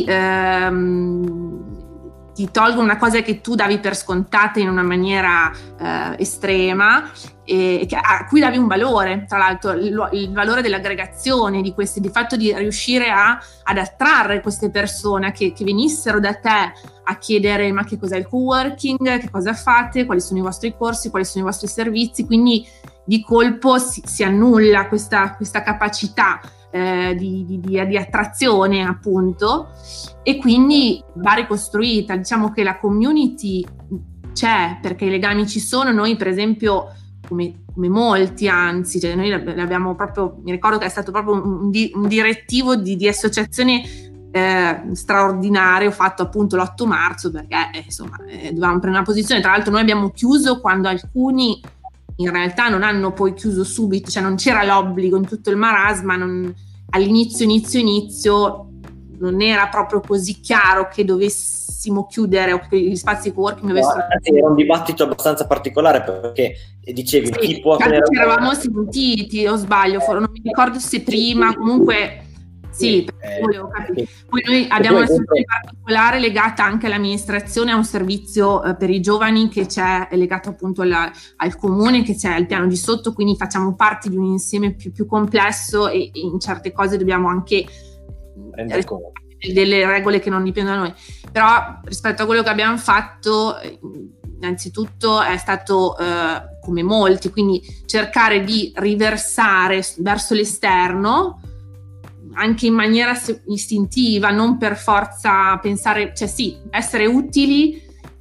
ehm, ti tolgono una cosa che tu davi per scontata in una maniera eh, estrema e che, a cui davi un valore, tra l'altro il, il valore dell'aggregazione di questi, di fatto di riuscire a, ad attrarre queste persone che, che venissero da te a chiedere ma che cos'è il coworking, che cosa fate, quali sono i vostri corsi, quali sono i vostri servizi, quindi di colpo si, si annulla questa, questa capacità eh, di, di, di, di attrazione, appunto, e quindi va ricostruita. Diciamo che la community c'è perché i legami ci sono. Noi per esempio, come, come molti, anzi, cioè noi l'abbiamo proprio, mi ricordo che è stato proprio un, un direttivo di, di associazione Eh, straordinario fatto appunto l'otto marzo, perché eh, insomma eh, dovevamo prendere una posizione. Tra l'altro noi abbiamo chiuso quando alcuni in realtà non hanno poi chiuso subito, cioè non c'era l'obbligo in tutto il marasma, non, all'inizio inizio inizio non era proprio così chiaro che dovessimo chiudere o che gli spazi coworking dovessero no, chiudere. Era un dibattito abbastanza particolare, perché dicevi sì, chi può tenere... ci eravamo sentiti, o sbaglio, non mi ricordo se prima, comunque sì, eh, volevo capire. Poi noi abbiamo una soluzione particolare legata anche all'amministrazione, a un servizio eh, per i giovani che c'è, è legato appunto alla, al comune, che c'è al piano di sotto, quindi facciamo parte di un insieme più, più complesso e, e in certe cose dobbiamo anche rendere conto delle regole che non dipendono da noi. Però rispetto a quello che abbiamo fatto, innanzitutto è stato eh, come molti, quindi cercare di riversare verso l'esterno anche in maniera istintiva, non per forza pensare, cioè sì, essere utili,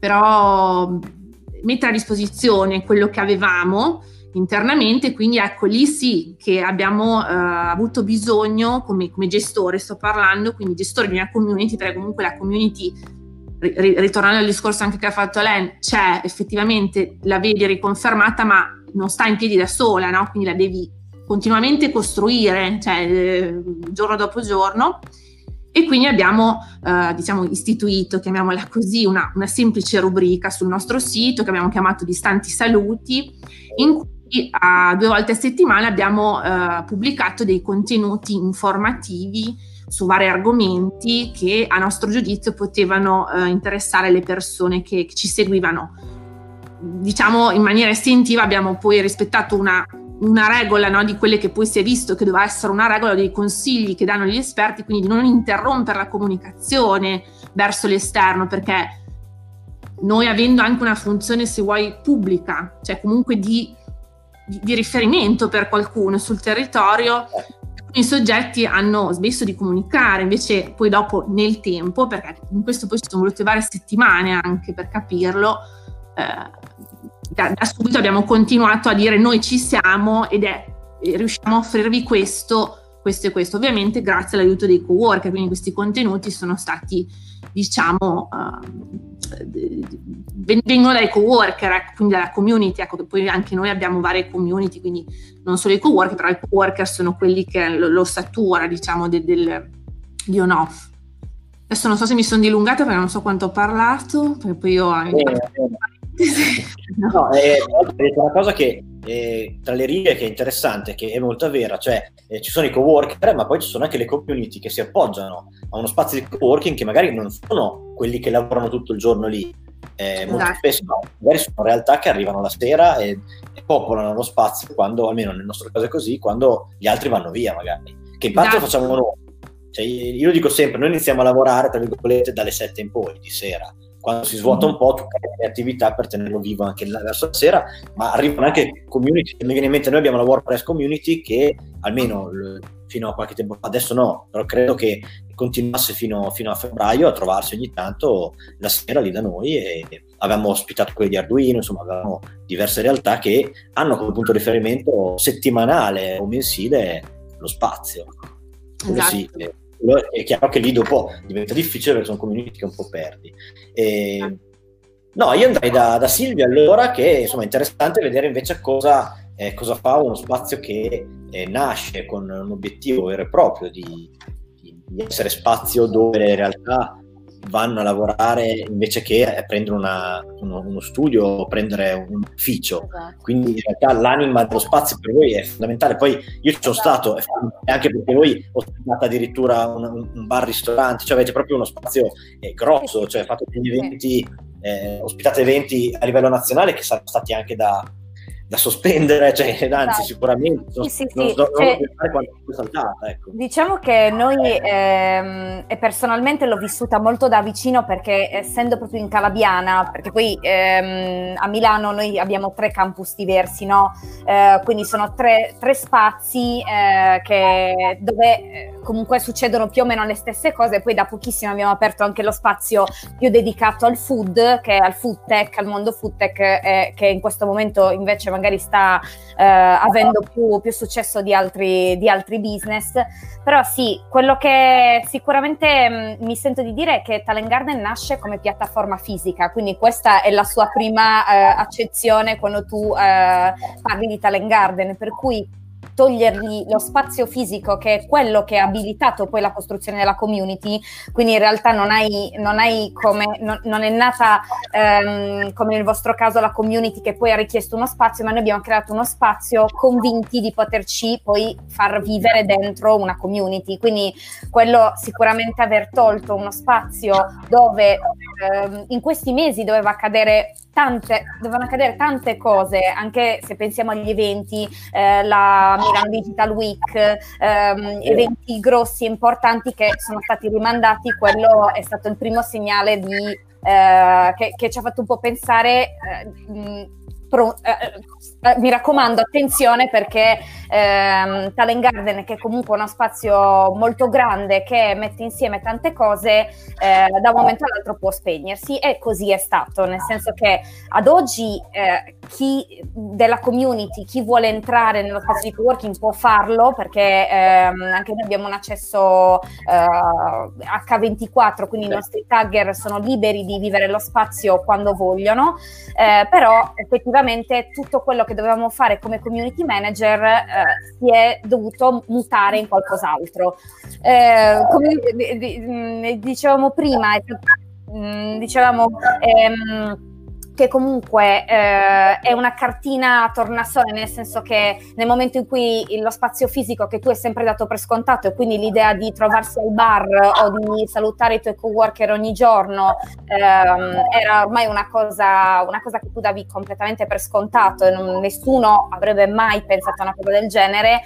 però mettere a disposizione quello che avevamo internamente. Quindi ecco, lì sì che abbiamo uh, avuto bisogno come, come gestore, sto parlando, quindi gestore di una community, perché comunque la community, ri- ritornando al discorso anche che ha fatto Len, c'è effettivamente, la vedi riconfermata, ma non sta in piedi da sola, no? Quindi la devi continuamente costruire, cioè eh, giorno dopo giorno, e quindi abbiamo eh, diciamo istituito, chiamiamola così, una, una semplice rubrica sul nostro sito che abbiamo chiamato Distanti Saluti, in cui a, due volte a settimana abbiamo eh, pubblicato dei contenuti informativi su vari argomenti che a nostro giudizio potevano eh, interessare le persone che, che ci seguivano. Diciamo in maniera istintiva abbiamo poi rispettato una una regola, no, di quelle che poi si è visto che doveva essere una regola dei consigli che danno gli esperti, quindi di non interrompere la comunicazione verso l'esterno, perché noi, avendo anche una funzione, se vuoi, pubblica, cioè comunque di, di, di riferimento per qualcuno sul territorio, i soggetti hanno smesso di comunicare. Invece poi dopo, nel tempo, perché in questo poi ci sono volute varie settimane anche per capirlo, eh, Da, da subito abbiamo continuato a dire noi ci siamo ed è riusciamo a offrirvi questo, questo e questo, ovviamente grazie all'aiuto dei coworker, quindi questi contenuti sono stati, diciamo, uh, vengono dai coworker, ecco, quindi dalla community, ecco, che poi anche noi abbiamo varie community, quindi non solo i coworker, però i coworker sono quelli che l'ossatura, diciamo, del, del, di on-off. Adesso non so se mi sono dilungata perché non so quanto ho parlato, perché poi io ho... No, no è, è una cosa che eh, tra le righe che è interessante, che è molto vera, cioè eh, ci sono i coworker, ma poi ci sono anche le community che si appoggiano a uno spazio di coworking che magari non sono quelli che lavorano tutto il giorno lì, eh, molto esatto. spesso no, magari sono realtà che arrivano la sera e, e popolano lo spazio quando, almeno nel nostro caso è così, quando gli altri vanno via magari, che in parte esatto. facciamo noi, cioè, io dico sempre, noi iniziamo a lavorare tra virgolette dalle sette in poi di sera. Quando si svuota un po', tu crei le attività per tenerlo vivo anche verso la sera, ma arrivano anche community. Mi viene in mente, noi abbiamo la WordPress community che almeno fino a qualche tempo fa, adesso no, però credo che continuasse fino, fino a febbraio a trovarsi ogni tanto la sera lì da noi, e avevamo ospitato quelli di Arduino, insomma avevamo diverse realtà che hanno come punto di riferimento settimanale o mensile lo spazio. Esatto. Sì, è chiaro che lì dopo diventa difficile perché sono community che un po' perdi. E, no, io andrei da, da Silvia allora, che insomma è interessante vedere invece cosa, eh, cosa fa uno spazio che eh, nasce con un obiettivo vero e proprio di, di, di essere spazio dove le realtà vanno a lavorare invece che prendere una, uno, uno studio o prendere un ufficio. Esatto. Quindi in realtà l'anima dello spazio per voi è fondamentale. Poi io ci sono stato, e anche perché voi ospitate addirittura un, un bar ristorante, cioè avete proprio uno spazio eh, grosso, cioè fate degli eventi, eh, ospitate eventi a livello nazionale che saranno stati anche da da sospendere, cioè, anzi esatto. sicuramente sì, sì, non sì. so Cioè, quando è saltata, ecco. Diciamo che noi ehm, e personalmente l'ho vissuta molto da vicino, perché essendo proprio in Calabiana, perché poi ehm, a Milano noi abbiamo tre campus diversi, no? Eh, quindi sono tre, tre spazi eh, che, dove comunque succedono più o meno le stesse cose. Poi da pochissimo abbiamo aperto anche lo spazio più dedicato al food, che è al food tech, al mondo food tech, eh, che in questo momento invece magari sta eh, avendo più, più successo di altri, di altri business. Però sì, quello che sicuramente mh, mi sento di dire è che Talent Garden nasce come piattaforma fisica, quindi questa è la sua prima eh, accezione quando tu eh, parli di Talent Garden, per cui togliergli lo spazio fisico, che è quello che ha abilitato poi la costruzione della community. Quindi in realtà non hai, non hai come, non, non è nata ehm, come nel vostro caso la community che poi ha richiesto uno spazio, ma noi abbiamo creato uno spazio convinti di poterci poi far vivere dentro una community. Quindi quello sicuramente, aver tolto uno spazio dove ehm, in questi mesi doveva accadere tante, dovevano accadere tante cose, anche se pensiamo agli eventi, eh, la Milano Digital Week, ehm, eventi grossi e importanti che sono stati rimandati. Quello è stato il primo segnale di, eh, che, che ci ha fatto un po' pensare, eh, mh, pro, eh, eh, mi raccomando, attenzione, perché ehm, Talent Garden, che è comunque uno spazio molto grande che mette insieme tante cose, eh, da un momento all'altro può spegnersi, e così è stato, nel senso che ad oggi eh, chi della community, chi vuole entrare nello spazio di coworking può farlo, perché ehm, anche noi abbiamo un accesso eh, acca ventiquattro, quindi i nostri tagger sono liberi di vivere lo spazio quando vogliono, eh, però effettivamente sicuramente tutto quello che dovevamo fare come community manager eh, si è dovuto mutare in qualcos'altro. Eh, come di, di, dicevamo prima, eh, dicevamo ehm, che comunque eh, è una cartina a tornasole, nel senso che nel momento in cui lo spazio fisico che tu hai sempre dato per scontato, e quindi l'idea di trovarsi al bar o di salutare i tuoi coworker ogni giorno ehm, era ormai una cosa, una cosa che tu davi completamente per scontato, e non, nessuno avrebbe mai pensato a una cosa del genere.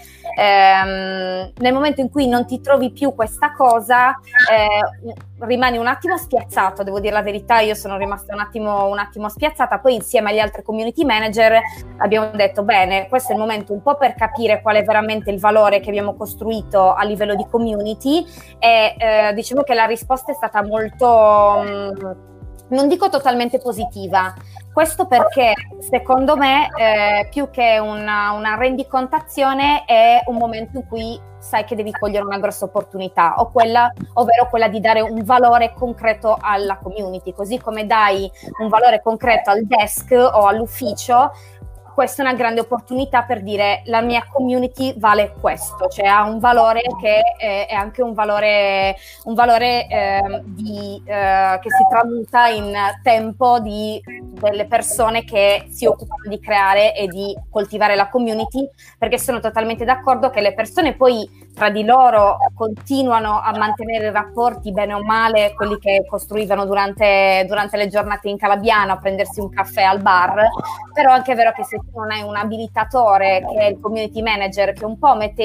Ehm, nel momento in cui non ti trovi più questa cosa, eh, rimani un attimo spiazzato, devo dire la verità. Io sono rimasta un attimo, un attimo spiazzata. Poi insieme agli altri community manager abbiamo detto bene, questo è il momento un po' per capire qual è veramente il valore che abbiamo costruito a livello di community, e eh, diciamo che la risposta è stata molto mh, non dico totalmente positiva. Questo perché secondo me eh, più che una, una rendicontazione è un momento in cui sai che devi cogliere una grossa opportunità, o quella, ovvero quella di dare un valore concreto alla community, così come dai un valore concreto al desk o all'ufficio. Questa è una grande opportunità per dire la mia community vale questo, cioè ha un valore che è, è anche un valore, un valore eh, di, eh, che si tramuta in tempo di delle persone che si occupano di creare e di coltivare la community, perché sono totalmente d'accordo che le persone poi tra di loro continuano a mantenere rapporti bene o male, quelli che costruivano durante, durante le giornate in Calabiano, a prendersi un caffè al bar. Però anche è vero che se tu non hai un abilitatore che è il community manager, che un po' mette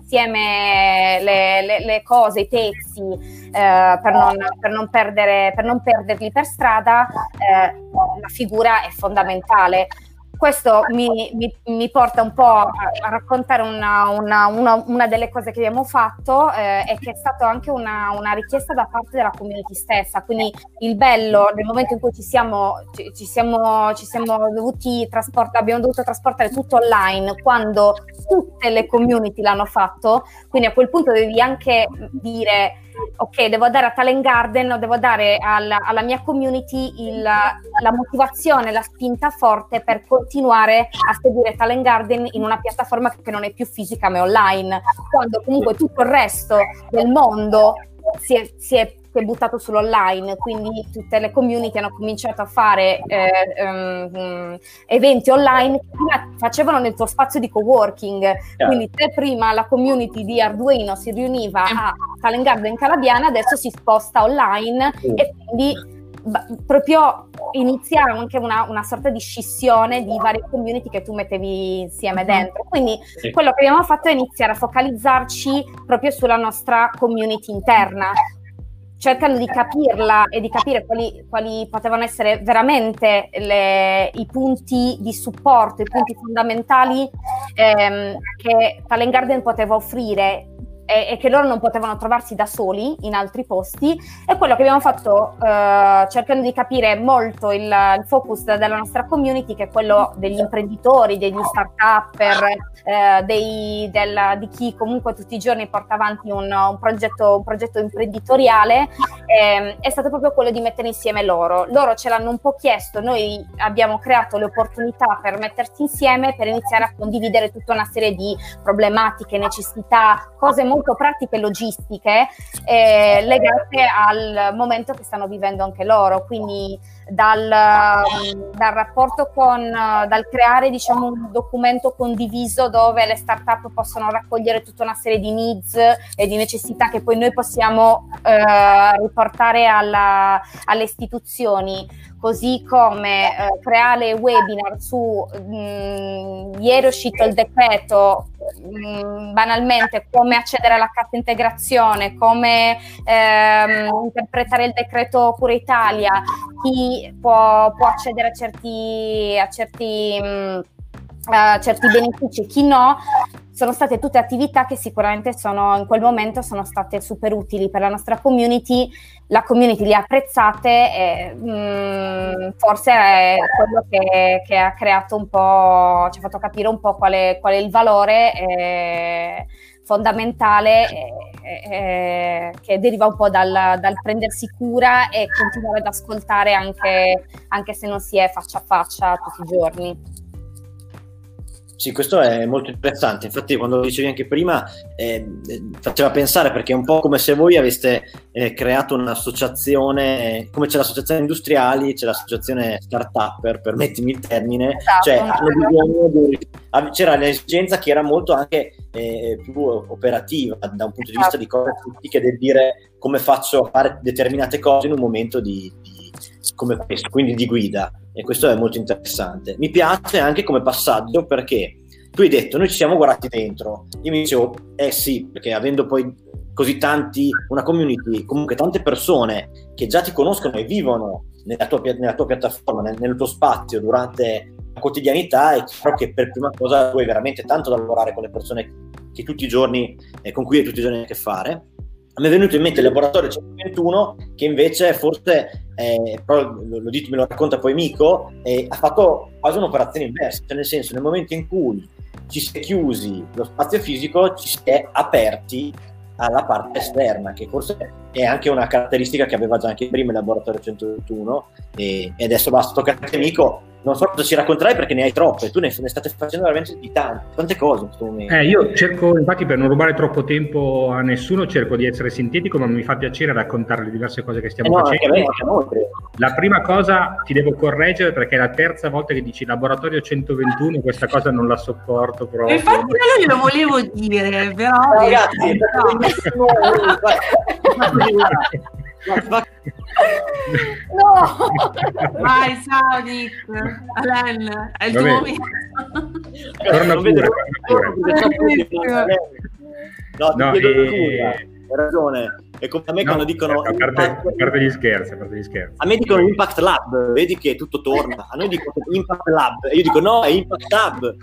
insieme le, le, le cose, i pezzi eh, per, non, per, non perdere, per non perderli per strada, eh, la figura è fondamentale. Questo mi, mi, mi porta un po' a, a raccontare una, una, una, una delle cose che abbiamo fatto, eh, e che è stata anche una, una richiesta da parte della community stessa. Quindi il bello, nel momento in cui ci siamo, ci, ci siamo, ci siamo dovuti trasportare, abbiamo dovuto trasportare tutto online, quando tutte le community l'hanno fatto, quindi a quel punto devi anche dire ok, devo dare a Talent Garden, o devo dare alla, alla mia community il, la motivazione, la spinta forte per continuare a seguire Talent Garden in una piattaforma che non è più fisica ma è online, quando comunque tutto il resto del mondo si è, si è si è buttato sull'online. Quindi tutte le community hanno cominciato a fare eh, um, eventi online che prima facevano nel tuo spazio di coworking. Yeah. Quindi se prima la community di Arduino si riuniva a Talent Garden Calabiana, adesso si sposta online, mm. e quindi b- proprio inizia anche una, una sorta di scissione di varie community che tu mettevi insieme dentro. Quindi sì. Quello che abbiamo fatto è iniziare a focalizzarci proprio sulla nostra community interna, cercando di capirla e di capire quali, quali potevano essere veramente le, i punti di supporto, i punti fondamentali ehm, che Talent Garden poteva offrire e, e che loro non potevano trovarsi da soli in altri posti. E quello che abbiamo fatto, eh, cercando di capire molto il, il focus della nostra community, che è quello degli imprenditori, degli start-upper, eh, dei, del, di chi comunque tutti i giorni porta avanti un, un, progetto, un progetto imprenditoriale, eh, è stato proprio quello di mettere insieme loro. Loro ce l'hanno un po' chiesto, noi abbiamo creato le opportunità per mettersi insieme, per iniziare a condividere tutta una serie di problematiche, necessità, cose molto molto pratiche e logistiche eh, legate al momento che stanno vivendo anche loro. Quindi dal, dal rapporto con, dal creare diciamo un documento condiviso dove le startup possono raccogliere tutta una serie di needs e di necessità che poi noi possiamo eh, riportare alla, alle istituzioni, così come eh, creare webinar su mh, ieri è uscito il decreto, mh, banalmente come accedere alla cassa integrazione, come ehm, interpretare il decreto Cura Italia, chi può, può accedere a certi, a certi, mh, a certi benefici, chi no. Sono state tutte attività che sicuramente sono in quel momento sono state super utili per la nostra community. La community le ha apprezzate e mh, forse è quello che, che ha creato un po', ci ha fatto capire un po' qual è, qual è il valore eh, fondamentale eh, eh, che deriva un po' dal, dal prendersi cura e continuare ad ascoltare anche, anche se non si è faccia a faccia tutti i giorni. Sì, questo è molto interessante. Infatti, quando lo dicevi anche prima, eh, faceva pensare, perché è un po' come se voi aveste eh, creato un'associazione, come c'è l'associazione industriali, c'è l'associazione start-upper, permettimi il termine, esatto. Cioè hanno bisogno di, c'era l'esigenza che era molto anche eh, più operativa da un punto di vista di cose pratiche, del dire come faccio a fare determinate cose in un momento di, di come questo, quindi di guida. E questo è molto interessante. Mi piace anche come passaggio, perché tu hai detto noi ci siamo guardati dentro, io mi dicevo eh sì, perché avendo poi così tanti, una community, comunque tante persone che già ti conoscono e vivono nella tua, nella tua piattaforma, nel, nel tuo spazio durante la quotidianità, è chiaro che per prima cosa tu hai veramente tanto da lavorare con le persone che tutti i giorni, eh, con cui hai tutti i giorni a che fare. A me è venuto in mente il laboratorio centoventuno, che invece forse, eh, però lo, lo dito me lo racconta poi Mico, eh, ha fatto quasi un'operazione inversa, cioè nel senso, nel momento in cui ci si è chiusi lo spazio fisico, ci si è aperti alla parte esterna, che forse è anche una caratteristica che aveva già anche prima il laboratorio centoventuno, e, e adesso basta, tocca a te Mico. Non so cosa ci racconterai, perché ne hai troppe, tu ne, ne state facendo veramente di tante, tante cose in questo momento. Eh, io cerco, infatti, per non rubare troppo tempo a nessuno, cerco di essere sintetico, ma mi fa piacere raccontare le diverse cose che stiamo eh no, facendo. Anche me, anche noi. La prima cosa ti devo correggere, perché è la terza volta che dici laboratorio centoventuno, questa cosa non la sopporto proprio. Infatti io lo volevo dire, però... Ragazzi, no, vai, ciao Nick, Alain, è il tuo momento. Torna pure, no, no, ti chiedo e... hai ragione. E come a me no, quando dicono a parte, impact... a parte gli scherzi, a parte gli scherzi. A me dicono Impact Lab, vedi che tutto torna. A noi dicono Impact Lab e io dico no, è Impact Hub.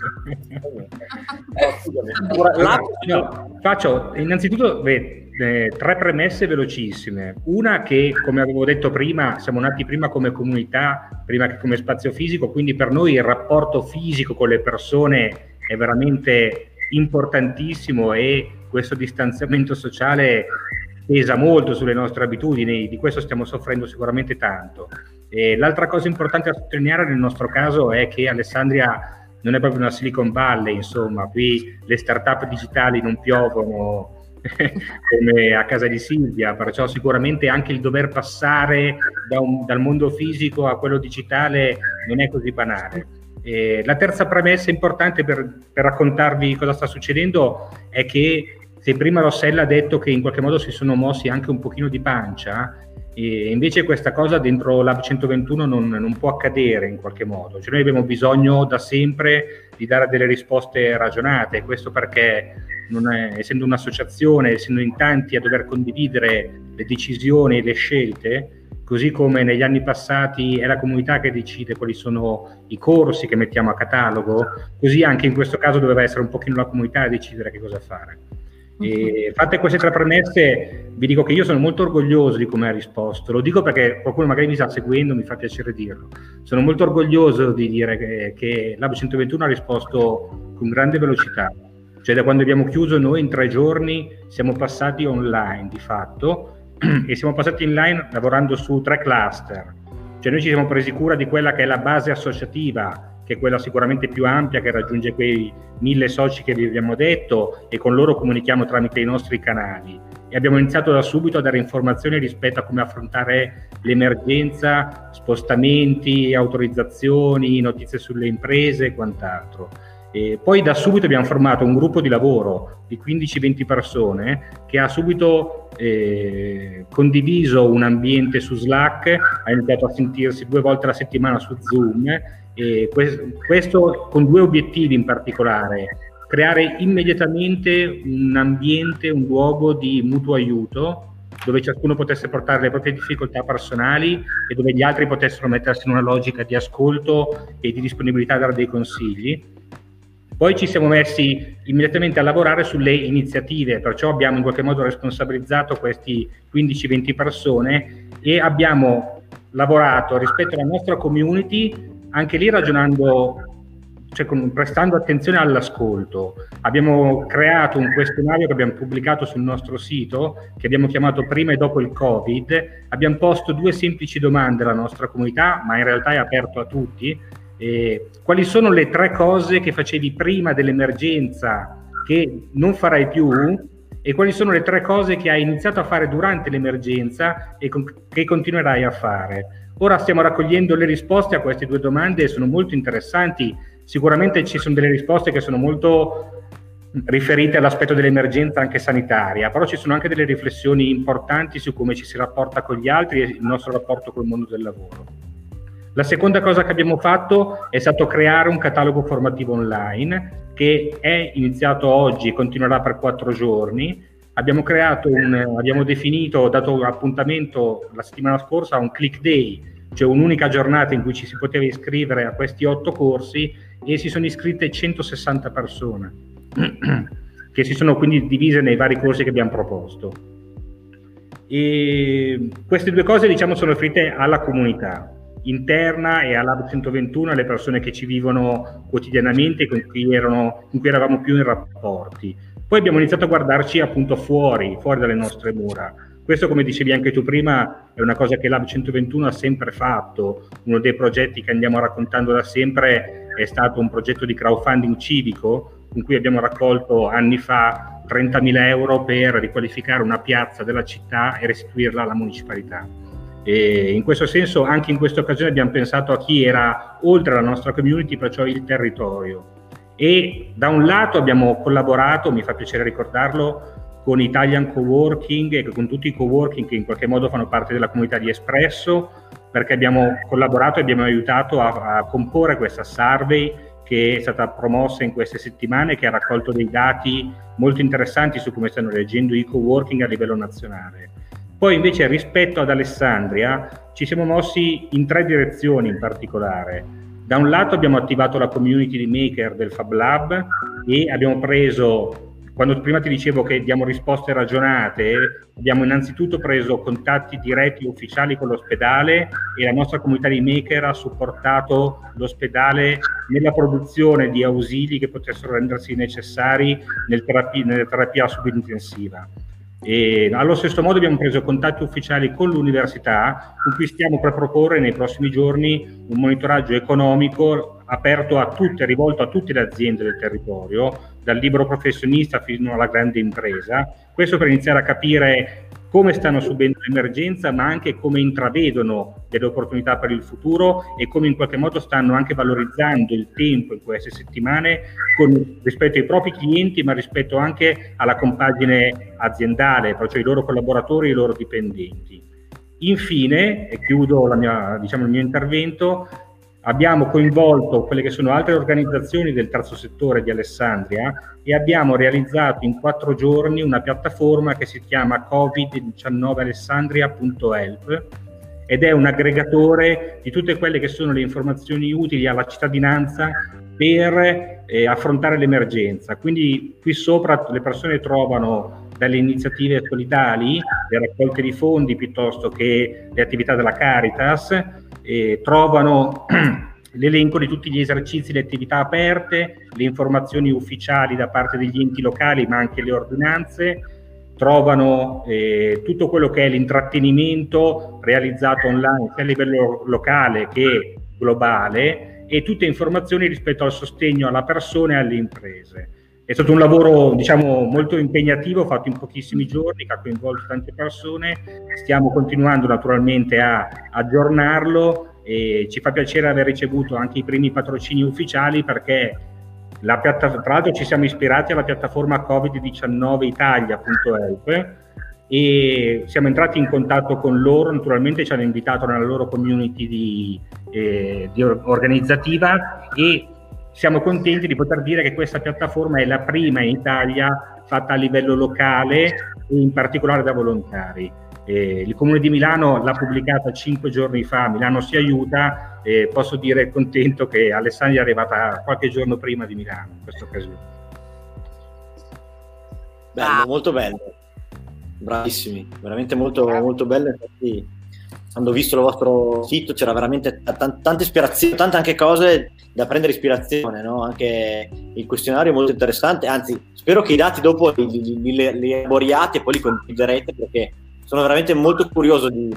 Lab... No, faccio innanzitutto beh, eh, tre premesse velocissime. Una, che come avevo detto prima, siamo nati prima come comunità, prima che come spazio fisico, quindi per noi il rapporto fisico con le persone è veramente importantissimo, e questo distanziamento sociale pesa molto sulle nostre abitudini, di questo stiamo soffrendo sicuramente tanto. E l'altra cosa importante da sottolineare nel nostro caso è che Alessandria non è proprio una Silicon Valley, insomma, qui le start-up digitali non piovono come a casa di Silvia, perciò sicuramente anche il dover passare da un, dal mondo fisico a quello digitale non è così banale. E la terza premessa importante per, per raccontarvi cosa sta succedendo è che, se prima Rossella ha detto che in qualche modo si sono mossi anche un pochino di pancia, e invece questa cosa dentro Lab centoventuno non, non può accadere in qualche modo. Cioè noi abbiamo bisogno da sempre di dare delle risposte ragionate, questo perché non è, essendo un'associazione, essendo in tanti a dover condividere le decisioni e le scelte, così come negli anni passati è la comunità che decide quali sono i corsi che mettiamo a catalogo, così anche in questo caso doveva essere un pochino la comunità a decidere che cosa fare. E fatte queste tre premesse, vi dico che io sono molto orgoglioso di come ha risposto. Lo dico perché qualcuno magari mi sta seguendo, mi fa piacere dirlo. Sono molto orgoglioso di dire che, che Lab centoventuno ha risposto con grande velocità. Cioè, da quando abbiamo chiuso noi in tre giorni siamo passati online di fatto, e siamo passati online lavorando su tre cluster. Cioè noi ci siamo presi cura di quella che è la base associativa, che è quella sicuramente più ampia, che raggiunge quei mille soci che vi abbiamo detto, e con loro comunichiamo tramite i nostri canali. E abbiamo iniziato da subito a dare informazioni rispetto a come affrontare l'emergenza, spostamenti, autorizzazioni, notizie sulle imprese e quant'altro. E poi da subito abbiamo formato un gruppo di lavoro di quindici venti persone che ha subito eh, condiviso un ambiente su Slack, ha iniziato a sentirsi due volte alla settimana su Zoom, e questo con due obiettivi in particolare: creare immediatamente un ambiente, un luogo di mutuo aiuto, dove ciascuno potesse portare le proprie difficoltà personali e dove gli altri potessero mettersi in una logica di ascolto e di disponibilità a dare dei consigli. Poi ci siamo messi immediatamente a lavorare sulle iniziative, perciò abbiamo in qualche modo responsabilizzato questi quindici venti persone e abbiamo lavorato rispetto alla nostra community, anche lì ragionando, cioè con, prestando attenzione all'ascolto. Abbiamo creato un questionario che abbiamo pubblicato sul nostro sito, che abbiamo chiamato Prima e dopo il Covid. Abbiamo posto due semplici domande alla nostra comunità, ma in realtà è aperto a tutti. Eh, quali sono le tre cose che facevi prima dell'emergenza che non farai più, e quali sono le tre cose che hai iniziato a fare durante l'emergenza e con- che continuerai a fare? Ora stiamo raccogliendo le risposte a queste due domande, sono molto interessanti. Sicuramente ci sono delle risposte che sono molto riferite all'aspetto dell'emergenza anche sanitaria, però ci sono anche delle riflessioni importanti su come ci si rapporta con gli altri e il nostro rapporto col mondo del lavoro. La seconda cosa che abbiamo fatto è stato creare un catalogo formativo online che è iniziato oggi e continuerà per quattro giorni. Abbiamo creato un, abbiamo definito, dato appuntamento la settimana scorsa a un click day, cioè un'unica giornata in cui ci si poteva iscrivere a questi otto corsi, e si sono iscritte centosessanta persone che si sono quindi divise nei vari corsi che abbiamo proposto. E queste due cose, diciamo, sono riferite alla comunità interna e all'Hub centoventuno, alle persone che ci vivono quotidianamente, con cui, erano, con cui eravamo più in rapporti. Poi abbiamo iniziato a guardarci appunto fuori, fuori dalle nostre mura. Questo, come dicevi anche tu prima, è una cosa che l'Hub centoventuno ha sempre fatto. Uno dei progetti che andiamo raccontando da sempre è stato un progetto di crowdfunding civico, con cui abbiamo raccolto anni fa trentamila euro per riqualificare una piazza della città e restituirla alla municipalità. E in questo senso, anche in questa occasione, abbiamo pensato a chi era oltre la nostra community, perciò il territorio. E da un lato abbiamo collaborato, mi fa piacere ricordarlo, con Italian Coworking e con tutti i coworking che in qualche modo fanno parte della comunità di Espresso, perché abbiamo collaborato e abbiamo aiutato a, a comporre questa survey che è stata promossa in queste settimane, che ha raccolto dei dati molto interessanti su come stanno reagendo i coworking a livello nazionale. Poi invece, rispetto ad Alessandria, ci siamo mossi in tre direzioni in particolare. Da un lato abbiamo attivato la community di maker del Fab Lab e abbiamo preso, quando prima ti dicevo che diamo risposte ragionate, abbiamo innanzitutto preso contatti diretti ufficiali con l'ospedale, e la nostra comunità di maker ha supportato l'ospedale nella produzione di ausili che potessero rendersi necessari nel terapia, nella terapia subintensiva. E allo stesso modo abbiamo preso contatti ufficiali con l'università, con cui stiamo per proporre nei prossimi giorni un monitoraggio economico aperto a tutte, rivolto a tutte le aziende del territorio, dal libero professionista fino alla grande impresa. Questo per iniziare a capire come stanno subendo l'emergenza, ma anche come intravedono delle opportunità per il futuro e come in qualche modo stanno anche valorizzando il tempo in queste settimane con, rispetto ai propri clienti, ma rispetto anche alla compagine aziendale, perciò i loro collaboratori e i loro dipendenti. Infine, e chiudo la mia, diciamo, il mio intervento, abbiamo coinvolto quelle che sono altre organizzazioni del terzo settore di Alessandria e abbiamo realizzato in quattro giorni una piattaforma che si chiama covid diciannove alessandria punto help ed è un aggregatore di tutte quelle che sono le informazioni utili alla cittadinanza per eh, affrontare l'emergenza. Quindi qui sopra le persone trovano dalle iniziative solidali, le raccolte di fondi piuttosto che le attività della Caritas, e trovano l'elenco di tutti gli esercizi, le attività aperte, le informazioni ufficiali da parte degli enti locali, ma anche le ordinanze, trovano eh, tutto quello che è l'intrattenimento realizzato online sia a livello locale che globale, e tutte informazioni rispetto al sostegno alla persona e alle imprese. È stato un lavoro, diciamo, molto impegnativo, fatto in pochissimi giorni, che ha coinvolto tante persone. Stiamo continuando naturalmente a aggiornarlo e ci fa piacere aver ricevuto anche i primi patrocini ufficiali, perché la piatta- tra l'altro ci siamo ispirati alla piattaforma covid diciannove italia punto help e siamo entrati in contatto con loro, naturalmente ci hanno invitato nella loro community di, eh, di organizzativa, e siamo contenti di poter dire che questa piattaforma è la prima in Italia fatta a livello locale e in particolare da volontari. Eh, il Comune di Milano l'ha pubblicata cinque giorni fa, Milano si aiuta, e posso dire contento che Alessandria è arrivata qualche giorno prima di Milano in questa occasione. Bello, molto bello, bravissimi, veramente molto, molto bello. Infatti, quando ho visto il vostro sito c'era veramente t- t- tanta ispirazione, tante anche cose da prendere ispirazione, no? Anche il questionario è molto interessante, anzi spero che i dati dopo li, li, li, li elaboriate e poi li condividerete, perché sono veramente molto curioso di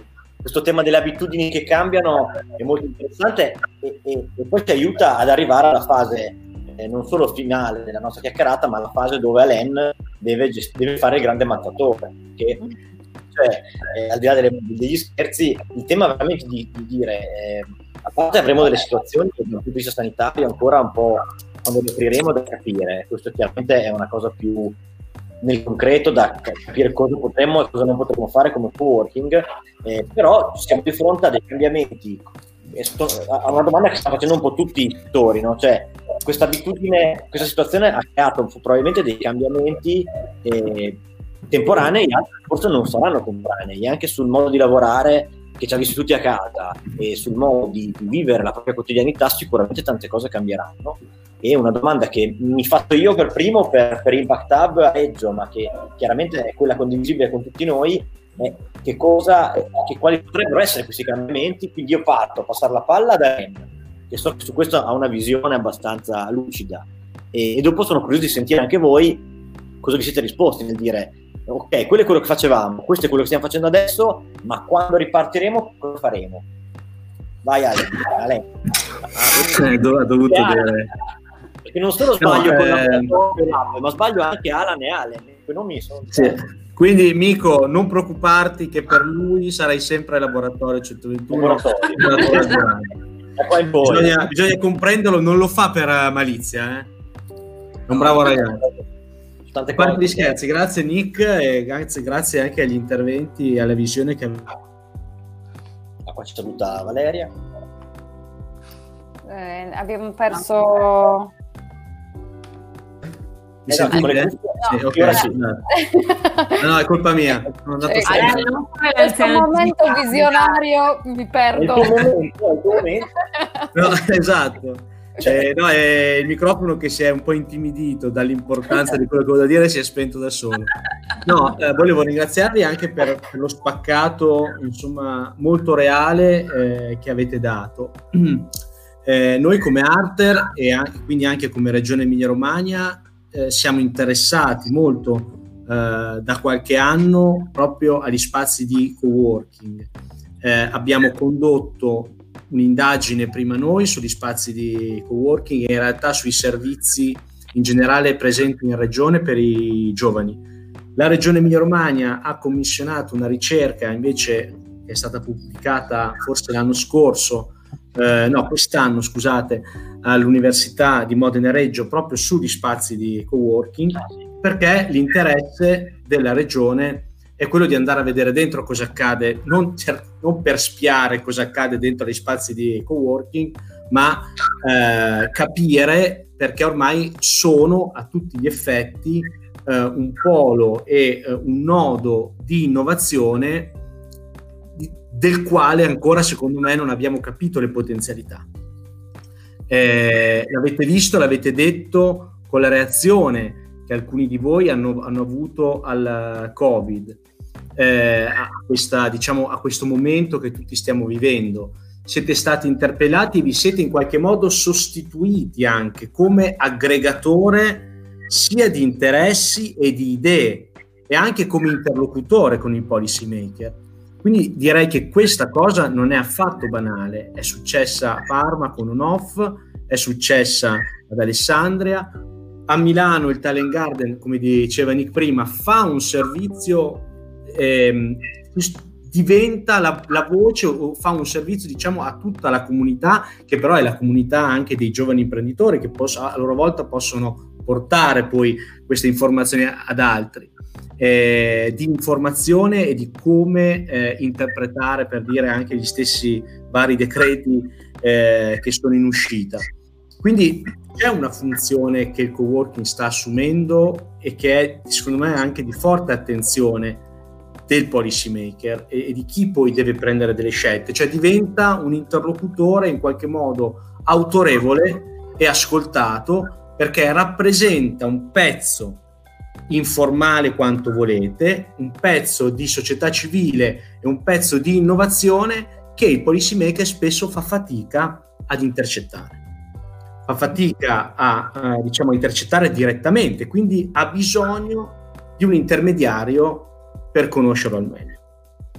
questo tema delle abitudini che cambiano è molto interessante e, e, e poi ti aiuta ad arrivare alla fase eh, non solo finale della nostra chiacchierata, ma alla fase dove Alain deve, gest- deve fare il grande mattatore, che cioè, eh, al di là delle, degli scherzi, il tema veramente di, di dire eh, a parte avremo delle situazioni che dal punto di vista sanitario ancora un po' quando le apriremo da capire, questo chiaramente è una cosa più nel concreto da capire cosa potremmo e cosa non potremmo fare come co-working, eh, però siamo di fronte a dei cambiamenti, a una domanda che stanno facendo un po' tutti i settori, no? Cioè questa abitudine, questa situazione ha creato probabilmente dei cambiamenti eh, temporanei, altri forse non saranno temporanei, anche sul modo di lavorare che ci ha visti tutti a casa e sul modo di, di vivere la propria quotidianità sicuramente tante cose cambieranno. E una domanda che mi faccio io per primo per, per Impact Hub a Reggio, ma che chiaramente è quella condivisibile con tutti noi, è che cosa, che quali potrebbero essere questi cambiamenti. Quindi io parto a passare la palla ad Alain, che so che su questo ha una visione abbastanza lucida, e, e dopo sono curioso di sentire anche voi cosa vi siete risposti nel dire ok, quello è quello che facevamo, questo è quello che stiamo facendo adesso, ma quando ripartiremo cosa faremo? Vai Ale, Ale. Ah, ho dovuto dire. Perché non solo sbaglio no, con eh... la ma sbaglio anche Alan e Allen, quei nomi sono... Sì. Quindi Mico, non preoccuparti che per lui sarai sempre laboratorio centoventuno. Laboratorio. bisogna, bisogna comprenderlo, non lo fa per malizia, eh? È un bravo ragazzo. Tante parte di scherzi, grazie Nick e grazie, grazie anche agli interventi e alla visione che ah, qua ci saluta Valeria. Eh, abbiamo perso mi eh, sentite? No, sì, okay. Ora sì. No. no, è colpa mia. Sono andato eh, in questo momento visionario mi perdo. È il tuo momento, è il tuo momento. No, esatto. Cioè, no, è il microfono che si è un po' intimidito dall'importanza di quello che volevo dire, si è spento da solo. No, eh, volevo ringraziarvi anche per, per lo spaccato, insomma, molto reale eh, che avete dato. Eh, noi come Arter e anche, quindi anche come Regione Emilia-Romagna eh, siamo interessati molto eh, da qualche anno proprio agli spazi di coworking. Eh, abbiamo condotto un'indagine prima noi sugli spazi di coworking e in realtà sui servizi in generale presenti in regione per i giovani. La Regione Emilia-Romagna ha commissionato una ricerca invece che è stata pubblicata forse l'anno scorso, eh, no quest'anno scusate, all'Università di Modena e Reggio proprio sugli spazi di coworking, perché l'interesse della regione è quello di andare a vedere dentro cosa accade, non, non per spiare cosa accade dentro gli spazi di coworking, ma eh, capire, perché ormai sono a tutti gli effetti eh, un polo e eh, un nodo di innovazione di, del quale ancora secondo me non abbiamo capito le potenzialità. Eh, l'avete visto, l'avete detto con la reazione che alcuni di voi hanno, hanno avuto al Covid, eh, a, questa, diciamo, a questo momento che tutti stiamo vivendo. Siete stati interpellati e vi siete in qualche modo sostituiti anche come aggregatore sia di interessi e di idee e anche come interlocutore con i policy maker. Quindi direi che questa cosa non è affatto banale, è successa a Parma con un off, è successa ad Alessandria. A Milano il Talent Garden, come diceva Nick prima, fa un servizio, ehm, diventa la, la voce o fa un servizio diciamo a tutta la comunità, che però è la comunità anche dei giovani imprenditori che posso, a loro volta possono portare poi queste informazioni ad altri, eh, di informazione e di come eh, interpretare, per dire, anche gli stessi vari decreti eh, che sono in uscita. Quindi c'è una funzione che il coworking sta assumendo e che è, secondo me, anche di forte attenzione del policy maker e, e di chi poi deve prendere delle scelte, cioè diventa un interlocutore in qualche modo autorevole e ascoltato, perché rappresenta un pezzo informale quanto volete, un pezzo di società civile e un pezzo di innovazione che il policy maker spesso fa fatica ad intercettare. Fa fatica a, a diciamo intercettare direttamente, quindi ha bisogno di un intermediario per conoscerlo al meglio.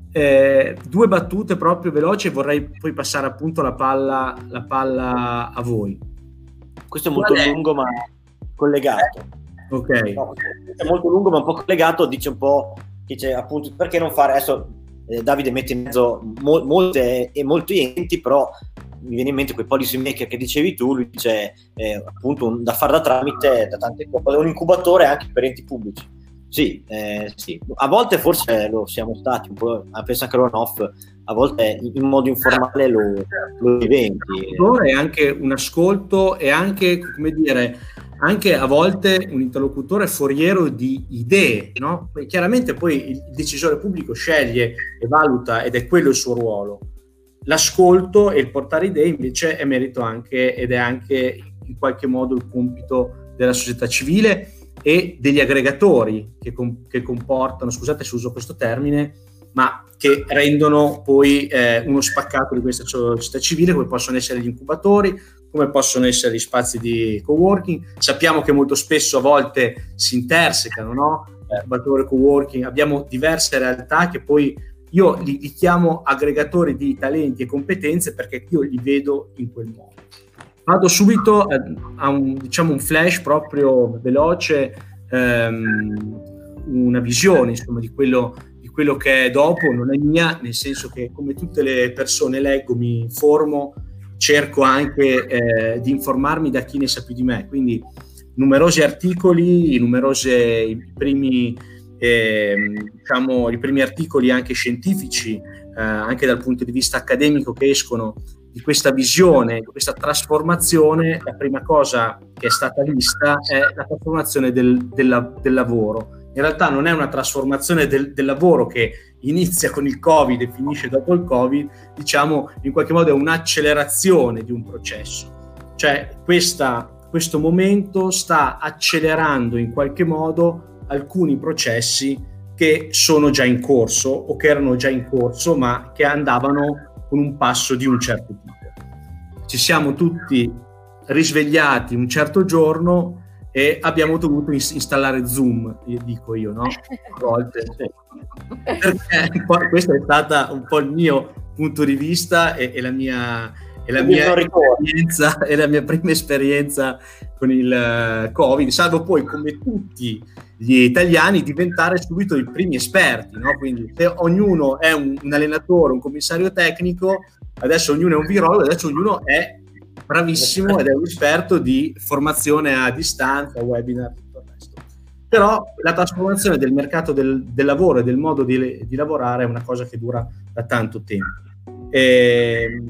Eh, due battute proprio veloci, vorrei poi passare appunto la palla, la palla a voi. Questo è molto Qual è? lungo ma collegato. Ok. No, è molto lungo ma un po' collegato, dice un po', dice appunto perché non fare, adesso eh, Davide mette in mezzo mo- molte e molti enti, però mi viene in mente quei policy maker che dicevi tu, lui dice eh, appunto un, da fare da tramite da tante cose, un incubatore anche per enti pubblici. Sì, eh, sì, a volte forse lo siamo stati un po', penso anche l'on-off, a volte in modo informale lo, lo diventi. È anche un ascolto e anche, come dire, anche a volte un interlocutore foriero di idee, no? Chiaramente poi il decisore pubblico sceglie e valuta ed è quello il suo ruolo. L'ascolto e il portare idee invece è merito anche ed è anche in qualche modo il compito della società civile e degli aggregatori che, com- che comportano, scusate se uso questo termine, ma che rendono poi eh, uno spaccato di questa società civile, come possono essere gli incubatori, come possono essere gli spazi di coworking. Sappiamo che molto spesso a volte si intersecano, no? Incubatore, coworking, abbiamo diverse realtà che poi io li, li chiamo aggregatori di talenti e competenze perché io li vedo in quel modo. Vado subito a un, diciamo, un flash proprio veloce, ehm, una visione insomma di quello, di quello che è dopo, non è mia, nel senso che come tutte le persone leggo, mi informo, cerco anche eh, di informarmi da chi ne sa più di me, quindi numerosi articoli, numerose i primi, eh, diciamo, i primi articoli anche scientifici, eh, anche dal punto di vista accademico che escono di questa visione, di questa trasformazione. La prima cosa che è stata vista è la trasformazione del, del, del lavoro. In realtà non è una trasformazione del, del lavoro che inizia con il Covid e finisce dopo il Covid, diciamo in qualche modo è un'accelerazione di un processo. Cioè questa, questo momento sta accelerando in qualche modo alcuni processi che sono già in corso o che erano già in corso ma che andavano con un passo di un certo tipo. Ci siamo tutti risvegliati un certo giorno e abbiamo dovuto ins- installare Zoom, dico io, no? A volte. Perché poi questo è stato un po' il mio punto di vista e, e la mia, e la mia esperienza e la mia prima esperienza con il Covid, salvo poi come tutti gli italiani diventare subito i primi esperti, no? Quindi se ognuno è un, un allenatore, un commissario tecnico, adesso ognuno è un virologo, adesso ognuno è bravissimo ed è un esperto di formazione a distanza, webinar, tutto il resto. Però la trasformazione del mercato del, del lavoro e del modo di, di lavorare è una cosa che dura da tanto tempo. E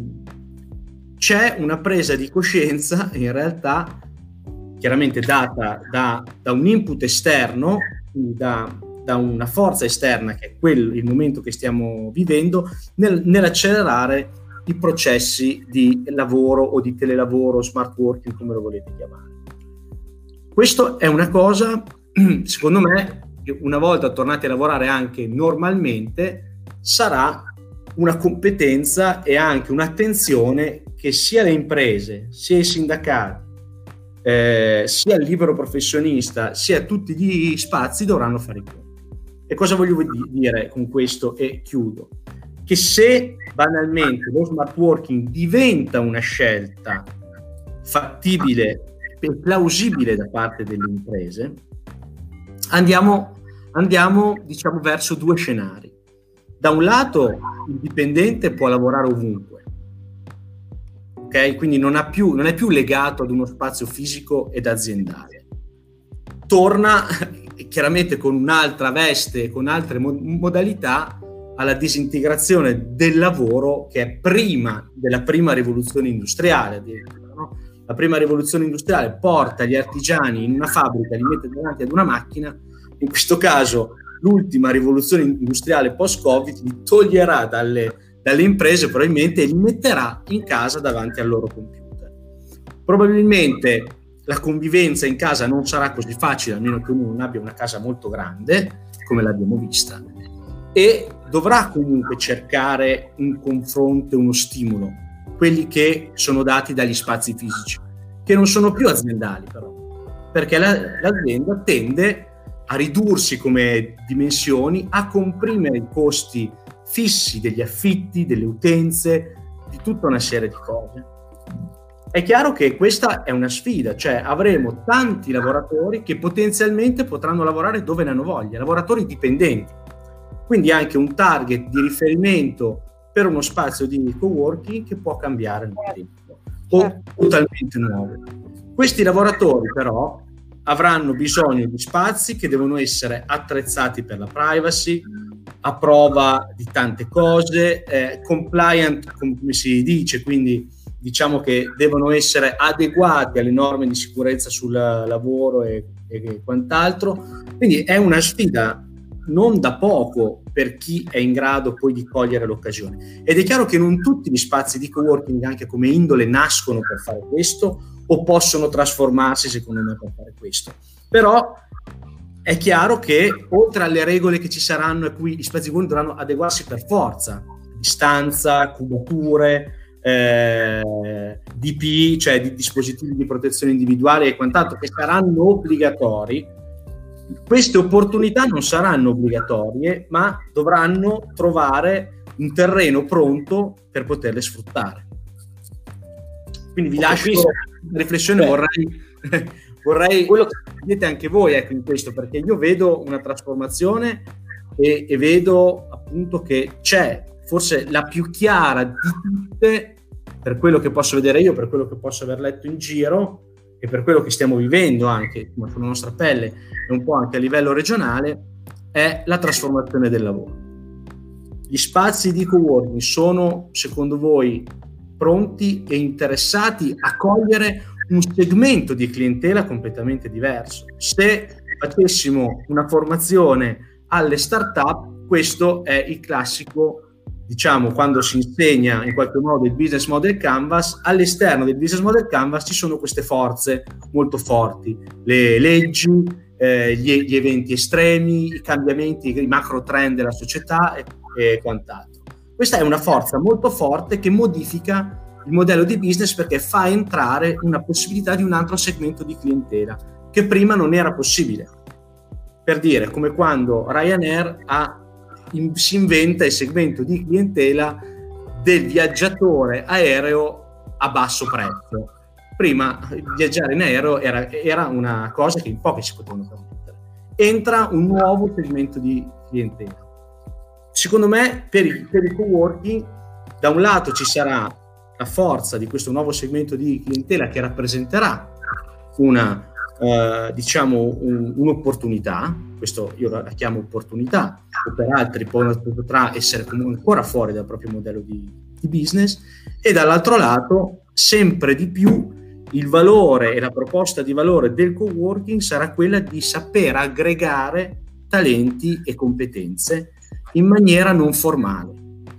c'è una presa di coscienza in realtà chiaramente data da, da un input esterno, da, da una forza esterna che è quello, il momento che stiamo vivendo, nel, nell'accelerare i processi di lavoro o di telelavoro, smart working, come lo volete chiamare. Questo è una cosa, secondo me, che una volta tornati a lavorare anche normalmente, sarà una competenza e anche un'attenzione che sia le imprese, sia i sindacati, Eh, sia il libero professionista sia tutti gli spazi dovranno fare i conti. E cosa voglio dire con questo e chiudo? Che se banalmente lo smart working diventa una scelta fattibile e plausibile da parte delle imprese, andiamo, andiamo diciamo verso due scenari. Da un lato il dipendente può lavorare ovunque, ok? Quindi non, ha più, non è più legato ad uno spazio fisico ed aziendale. Torna chiaramente con un'altra veste, con altre mo- modalità alla disintegrazione del lavoro che è prima della prima rivoluzione industriale. No? La prima rivoluzione industriale porta gli artigiani in una fabbrica, li mette davanti ad una macchina. In questo caso l'ultima rivoluzione industriale post-Covid li toglierà dalle dalle imprese probabilmente e li metterà in casa davanti al loro computer. Probabilmente la convivenza in casa non sarà così facile, a meno che uno non abbia una casa molto grande, come l'abbiamo vista, e dovrà comunque cercare un confronto e uno stimolo, quelli che sono dati dagli spazi fisici, che non sono più aziendali però, perché la, l'azienda tende a ridursi come dimensioni, a comprimere i costi fissi, degli affitti, delle utenze, di tutta una serie di cose. È chiaro che questa è una sfida, cioè avremo tanti lavoratori che potenzialmente potranno lavorare dove ne hanno voglia, lavoratori dipendenti, quindi anche un target di riferimento per uno spazio di coworking che può cambiare nel tempo o totalmente nuovo. Questi lavoratori però avranno bisogno di spazi che devono essere attrezzati per la privacy, a prova di tante cose, eh, compliant come si dice, quindi diciamo che devono essere adeguati alle norme di sicurezza sul lavoro e, e quant'altro. Quindi è una sfida non da poco per chi è in grado poi di cogliere l'occasione. Ed è chiaro che non tutti gli spazi di coworking, anche come indole, nascono per fare questo o possono trasformarsi, secondo me, per fare questo. Però è chiaro che oltre alle regole che ci saranno e cui gli spazi di coworking dovranno adeguarsi per forza, distanza, cubature, Eh, D P I, cioè di dispositivi di protezione individuale e quant'altro, che saranno obbligatori, queste opportunità non saranno obbligatorie, ma dovranno trovare un terreno pronto per poterle sfruttare. Quindi vi lascio una riflessione. Beh, vorrei, vorrei quello che vedete anche voi, ecco, in questo, perché io vedo una trasformazione e, e vedo appunto che c'è forse la più chiara di tutte, per quello che posso vedere io, per quello che posso aver letto in giro e per quello che stiamo vivendo anche sulla nostra pelle e un po' anche a livello regionale, è la trasformazione del lavoro. Gli spazi di coworking sono, secondo voi, pronti e interessati a cogliere un segmento di clientela completamente diverso? Se facessimo una formazione alle start-up, questo è il classico, diciamo, quando si insegna in qualche modo il business model canvas. All'esterno del business model canvas ci sono queste forze molto forti, le leggi, eh, gli, gli eventi estremi, i cambiamenti, i macro trend della società e, e quant'altro. Questa è una forza molto forte che modifica il modello di business, perché fa entrare una possibilità di un altro segmento di clientela che prima non era possibile. Per dire, come quando Ryanair ha In, si inventa il segmento di clientela del viaggiatore aereo a basso prezzo. Prima viaggiare in aereo era, era una cosa che in pochi si potevano permettere. Entra un nuovo segmento di clientela. Secondo me per i, per i coworking, da un lato ci sarà la forza di questo nuovo segmento di clientela che rappresenterà una Uh, diciamo un, un'opportunità, questo io la chiamo opportunità, o per altri potrà essere comunque ancora fuori dal proprio modello di, di business, e dall'altro lato sempre di più il valore e la proposta di valore del coworking sarà quella di saper aggregare talenti e competenze in maniera non formale.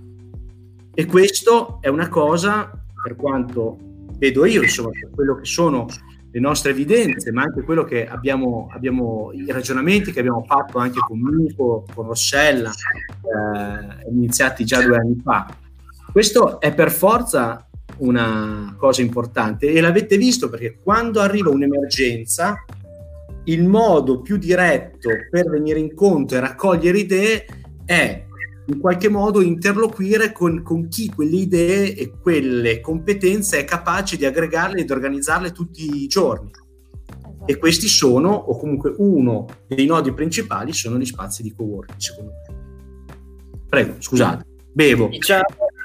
E questo è una cosa, per quanto vedo io, insomma, per quello che sono le nostre evidenze, ma anche quello che abbiamo, abbiamo i ragionamenti che abbiamo fatto anche con Nico, con Rossella, eh, iniziati già due anni fa. Questo è per forza una cosa importante, e l'avete visto, perché quando arriva un'emergenza il modo più diretto per venire incontro e raccogliere idee è in qualche modo interloquire con, con chi quelle idee e quelle competenze è capace di aggregarle ed organizzarle tutti i giorni. E questi sono, o comunque uno dei nodi principali, sono gli spazi di coworking, secondo me. Prego, scusate, bevo. Diciamo,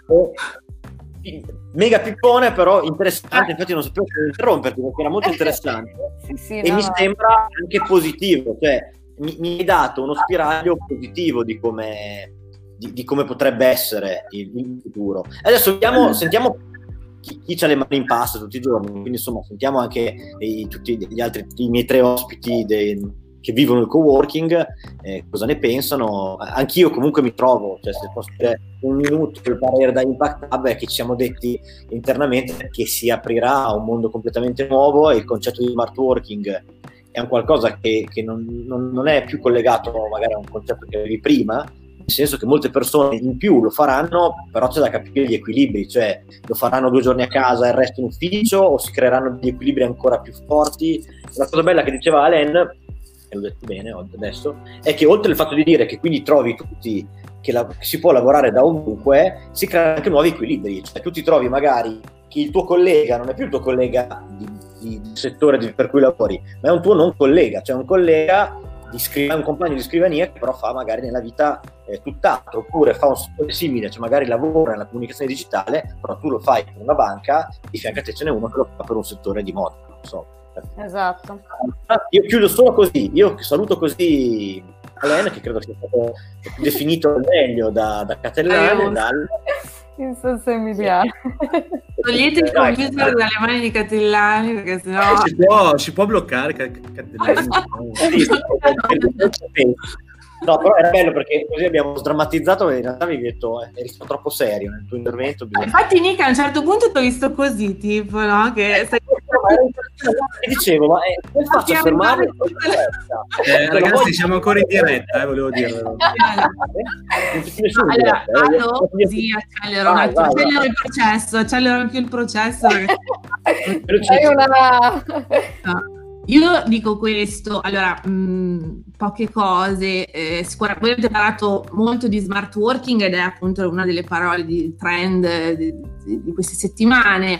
mega pippone, però interessante, infatti non sapevo come interromperti perché era molto interessante. Sì, sì, e no, mi no. sembra anche positivo, cioè mi, mi hai dato uno spiraglio positivo di come Di, di come potrebbe essere il, il futuro. Adesso vediamo, sentiamo chi, chi ha le mani in pasta tutti i giorni, quindi insomma sentiamo anche i, tutti gli altri, i miei tre ospiti dei, che vivono il coworking, eh, cosa ne pensano. Anch'io comunque mi trovo, cioè se posso dire un minuto il parere da Impact Hub è che ci siamo detti internamente che si aprirà a un mondo completamente nuovo e il concetto di smart working è un qualcosa che, che non, non, non è più collegato magari a un concetto che avevi prima, nel senso che molte persone in più lo faranno, però c'è da capire gli equilibri, cioè lo faranno due giorni a casa e il resto in ufficio, o si creeranno degli equilibri ancora più forti. La cosa bella che diceva Alain, e l'ho detto bene adesso, è che oltre al fatto di dire che quindi trovi tutti che, la, che si può lavorare da ovunque, si creano anche nuovi equilibri, cioè tu ti trovi magari che il tuo collega non è più il tuo collega di, di, di settore di, per cui lavori, ma è un tuo non collega, cioè un collega di scrivania, un compagno di scrivania che però fa magari nella vita eh, tutt'altro, oppure fa un settore simile, cioè magari lavora nella comunicazione digitale, però tu lo fai per una banca, di fianco a te ce n'è uno che lo fa per un settore di moda, non so. Esatto. Io chiudo solo così, io saluto così Alain, che credo sia stato definito al meglio da, da Catellani, dal... in senso emiliano. Togliete il computer dalle mani di Catellani, perché sennò si può, si può bloccare Catellani. No, però era bello perché così abbiamo sdrammatizzato e in realtà mi hai detto eh, eri stato troppo serio nel tuo intervento. Bisogna... Infatti Nick a un certo punto ti ho visto così, tipo, no? Che sei... Ti dicevo, ma eh, come faccio a fermare? Eh, ragazzi, siamo ancora in diretta, eh, volevo dirlo. Allora, vado così, accelero un attimo, accelero il processo, accelero anche il processo. Sei una... No. Io dico questo, allora, mh, poche cose, eh, sicuramente avete parlato molto di smart working ed è appunto una delle parole di trend di, di, di queste settimane.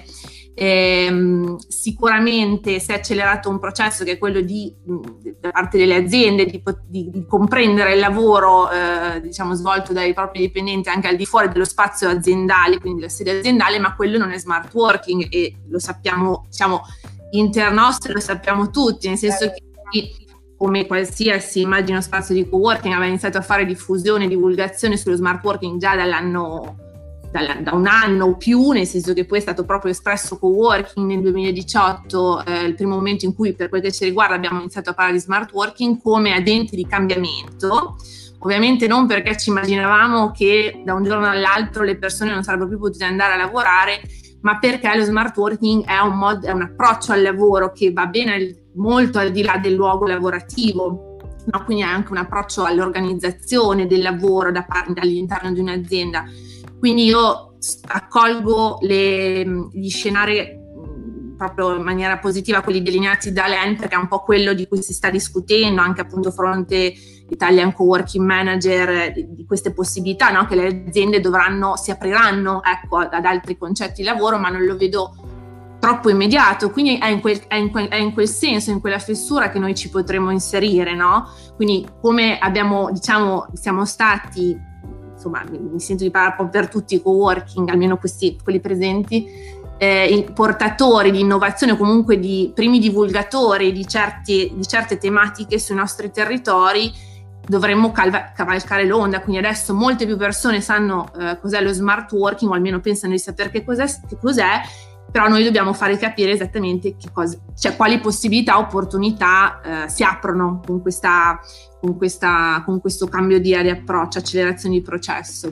Eh, sicuramente si è accelerato un processo che è quello di, da parte delle aziende di, di, di comprendere il lavoro eh, diciamo svolto dai propri dipendenti anche al di fuori dello spazio aziendale, quindi la sede aziendale, ma quello non è smart working e lo sappiamo, diciamo, internostro lo sappiamo tutti, nel senso che come qualsiasi immagino spazio di co-working aveva iniziato a fare diffusione e divulgazione sullo smart working già dall'anno da, da un anno o più, nel senso che poi è stato proprio espresso co-working nel duemiladiciotto, eh, il primo momento in cui per quel che ci riguarda abbiamo iniziato a parlare di smart working come agente di cambiamento. Ovviamente non perché ci immaginavamo che da un giorno all'altro le persone non sarebbero più potute andare a lavorare, ma perché lo smart working è un, mod, è un approccio al lavoro che va bene molto al di là del luogo lavorativo, no? Quindi è anche un approccio all'organizzazione del lavoro da par- all'interno di un'azienda. Quindi io accolgo le, gli scenari proprio in maniera positiva, quelli delineati da Alain, perché è un po' quello di cui si sta discutendo anche appunto fronte Italian Co-working Manager, di, di queste possibilità, no? Che le aziende dovranno, si apriranno ecco, ad altri concetti di lavoro, ma non lo vedo troppo immediato, quindi è in, quel, è, in quel, è in quel senso, in quella fessura che noi ci potremo inserire, no? Quindi come abbiamo, diciamo, siamo stati, insomma, mi, mi sento di parlare un po' per tutti i co-working, almeno questi, quelli presenti, Eh, i portatori di innovazione o comunque di primi divulgatori di, certi, di certe tematiche sui nostri territori, dovremmo calva- cavalcare l'onda. Quindi adesso molte più persone sanno eh, cos'è lo smart working, o almeno pensano di sapere che cos'è, che cos'è, però noi dobbiamo fare capire esattamente che cosa, cioè quali possibilità, opportunità eh, si aprono con, questa, con, questa, con questo cambio di, di approccio, accelerazione di processo.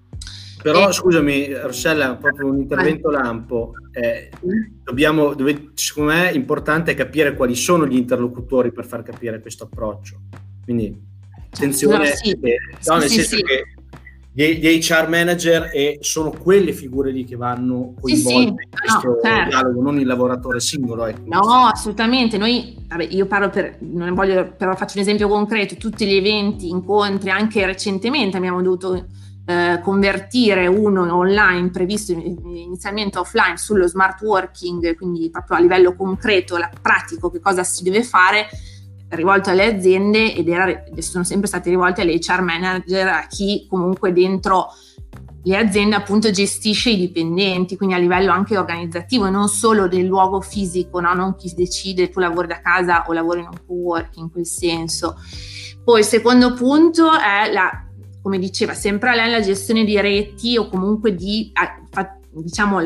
Però eh, scusami Rossella, proprio un intervento eh. lampo, eh, dobbiamo, dove, secondo me è importante capire quali sono gli interlocutori per far capire questo approccio, quindi attenzione, no, sì. eh, no, nel sì, senso sì. che gli, gli H R manager e sono quelle figure lì che vanno coinvolte sì, sì. in questo no, certo. dialogo, non il lavoratore singolo. Ecco. No, assolutamente. Noi, vabbè, io parlo per, non voglio, però faccio un esempio concreto, tutti gli eventi, incontri, anche recentemente abbiamo dovuto eh, convertire uno online, previsto inizialmente offline, sullo smart working, quindi proprio a livello concreto, pratico, che cosa si deve fare, rivolto alle aziende, ed era, sono sempre stati rivolti alle H R manager, a chi comunque dentro le aziende appunto gestisce i dipendenti, quindi a livello anche organizzativo e non solo del luogo fisico, no? Non chi decide tu lavori da casa o lavori in un co-working, in quel senso. Poi il secondo punto è la, come diceva sempre Alain, la gestione di reti o comunque di, diciamo,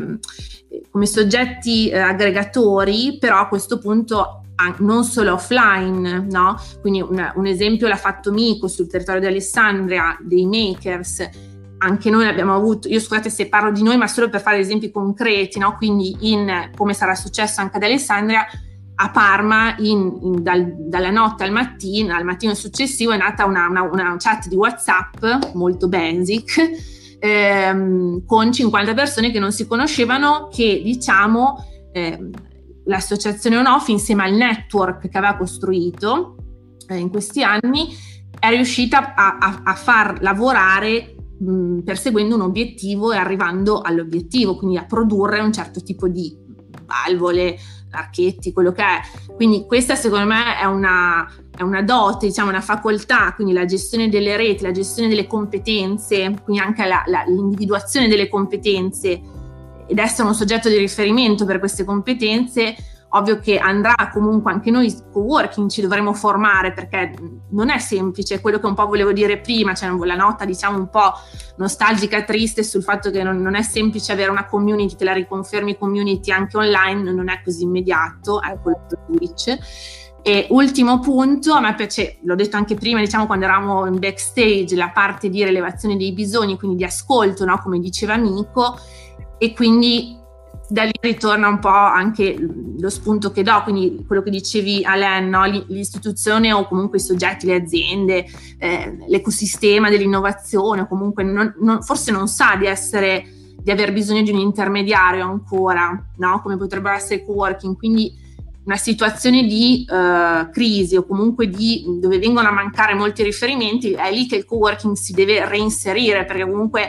come soggetti aggregatori, però a questo punto non solo offline, no? Quindi un, un esempio l'ha fatto Mico sul territorio di Alessandria, dei makers. Anche noi abbiamo avuto, io scusate se parlo di noi, ma solo per fare esempi concreti, no? Quindi in, come sarà successo anche ad Alessandria, a Parma in, in, dal, dalla notte al mattino, al mattino successivo è nata una, una, una chat di WhatsApp molto basic ehm, con cinquanta persone che non si conoscevano, che diciamo ehm, l'associazione On-Off insieme al network che aveva costruito eh, in questi anni è riuscita a, a, a far lavorare mh, perseguendo un obiettivo e arrivando all'obiettivo, quindi a produrre un certo tipo di valvole, archetti, quello che è. Quindi questa secondo me è una, è una dote, diciamo una facoltà, quindi la gestione delle reti, la gestione delle competenze, quindi anche la, la, l'individuazione delle competenze ed essere un soggetto di riferimento per queste competenze. Ovvio che andrà comunque anche noi coworking ci dovremo formare, perché non è semplice, quello che un po' volevo dire prima, cioè la nota diciamo un po' nostalgica, triste sul fatto che non, non è semplice avere una community, te la riconfermi community anche online, non è così immediato, è quello di Twitch. E ultimo punto, a me piace, l'ho detto anche prima, diciamo quando eravamo in backstage, la parte di rilevazione dei bisogni, quindi di ascolto, no? Come diceva Nico, e quindi da lì ritorna un po' anche lo spunto che do, quindi quello che dicevi Alain, no? L'istituzione o comunque i soggetti, le aziende, eh, l'ecosistema dell'innovazione, o comunque non, non, forse non sa di essere, di aver bisogno di un intermediario ancora, no? Come potrebbero essere i coworking, quindi una situazione di uh, crisi o comunque di dove vengono a mancare molti riferimenti, è lì che il coworking si deve reinserire, perché comunque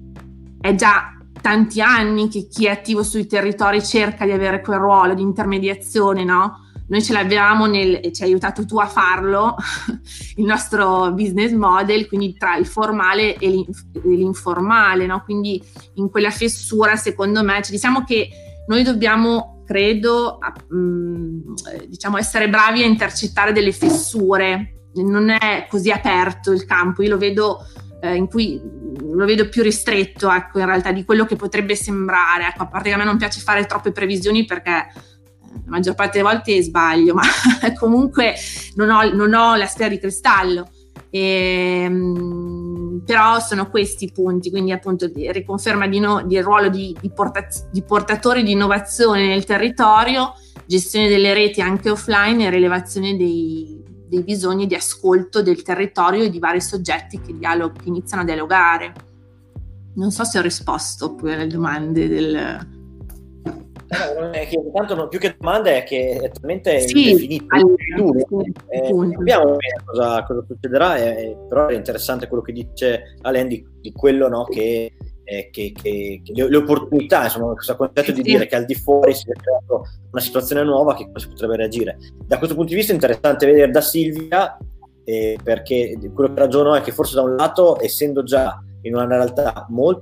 è già tanti anni che chi è attivo sui territori cerca di avere quel ruolo di intermediazione, no? Noi ce l'avevamo nel, e ci hai aiutato tu a farlo, il nostro business model, quindi tra il formale e l'informale, no? Quindi in quella fessura, secondo me, cioè, diciamo che noi dobbiamo, credo, mh, diciamo essere bravi a intercettare delle fessure, non è così aperto il campo, io lo vedo eh, in cui lo vedo più ristretto, ecco, in realtà di quello che potrebbe sembrare, ecco, a parte che a me non piace fare troppe previsioni perché la maggior parte delle volte sbaglio, ma comunque non ho, non ho la sfera di cristallo, e, mh, però sono questi i punti, quindi appunto di, riconferma di no, del ruolo di, di, portaz- di portatori di innovazione nel territorio, gestione delle reti anche offline e rilevazione dei dei bisogni di ascolto del territorio e di vari soggetti che, dialog- che iniziano a dialogare. Non so se ho risposto poi alle domande del... No, è che tanto no, più che domande è che è talmente sì, indefinito. allora, eh, sappiamo bene cosa, cosa succederà, eh, però è interessante quello che dice Alain di, di quello, no, che Eh, che, che, che le, le opportunità, insomma, questo concetto di dire che al di fuori si è creata una situazione nuova, che come si potrebbe reagire. Da questo punto di vista è interessante vedere da Silvia, eh, perché quello che ragiono è che forse da un lato, essendo già in una realtà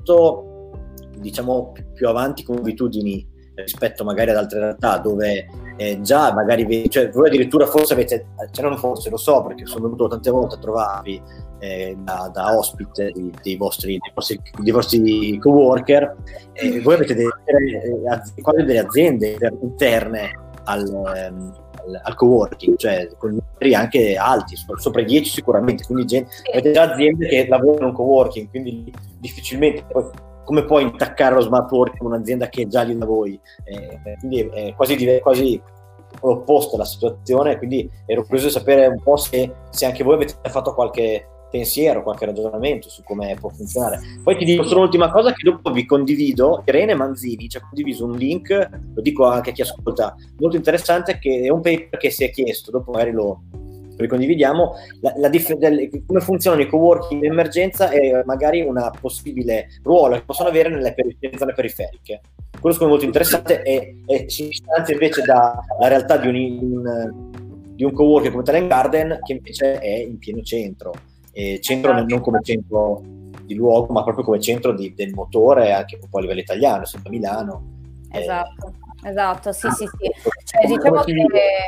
molto, diciamo, più avanti con abitudini rispetto magari ad altre realtà dove eh, già magari, cioè voi addirittura forse avete, cioè non forse, lo so perché sono venuto tante volte a trovarvi eh, da, da ospite dei, dei, vostri, dei, vostri, dei vostri coworker, eh, voi avete delle, eh, quasi delle aziende interne al, ehm, al, al coworking, cioè con numeri anche alti, sopra i dieci sicuramente, quindi gente, avete già aziende che lavorano in coworking, quindi difficilmente poi come puoi intaccare lo smart working con un'azienda che è già lì da voi, eh, quindi è quasi, quasi opposta la situazione, quindi ero curioso di sapere un po' se, se anche voi avete fatto qualche pensiero, qualche ragionamento su come può funzionare. Poi ti dico solo l'ultima cosa, che dopo vi condivido, Irene Manzini ci ha condiviso un link, lo dico anche a chi ascolta, molto interessante, che è un paper che si è chiesto, dopo magari lo ricondividiamo, la, la dif- del, come funzionano i coworking in emergenza e magari una possibile ruolo che possono avere nelle, peri- nelle zone periferiche. Quello è molto interessante e, e si distanzia invece dalla realtà di un, un, di un coworking come Talent Garden, che invece è in pieno centro, e centro non come centro di luogo, ma proprio come centro di, del motore, anche un po' a livello italiano, sempre a Milano. Esatto, eh, esatto, sì, sì, sì. Cioè, diciamo che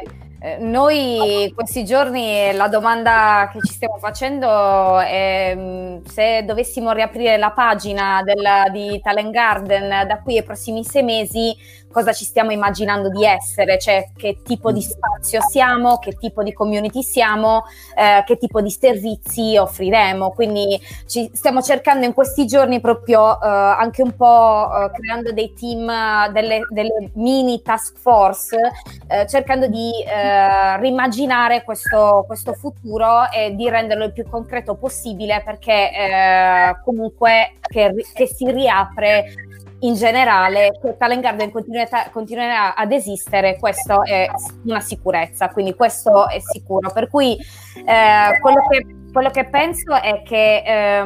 Eh, noi questi giorni la domanda che ci stiamo facendo è se dovessimo riaprire la pagina della, di Talent Garden da qui ai prossimi sei mesi, cosa ci stiamo immaginando di essere, cioè che tipo di spazio siamo, che tipo di community siamo, eh, che tipo di servizi offriremo. Quindi ci stiamo cercando in questi giorni proprio eh, anche un po' eh, creando dei team, delle, delle mini task force, eh, cercando di eh, rimmaginare questo, questo futuro e di renderlo il più concreto possibile, perché eh, comunque che, che si riapre in generale, che Talent Garden continuerà ad esistere, questo è una sicurezza, quindi questo è sicuro. Per cui eh, quello che quello che penso è che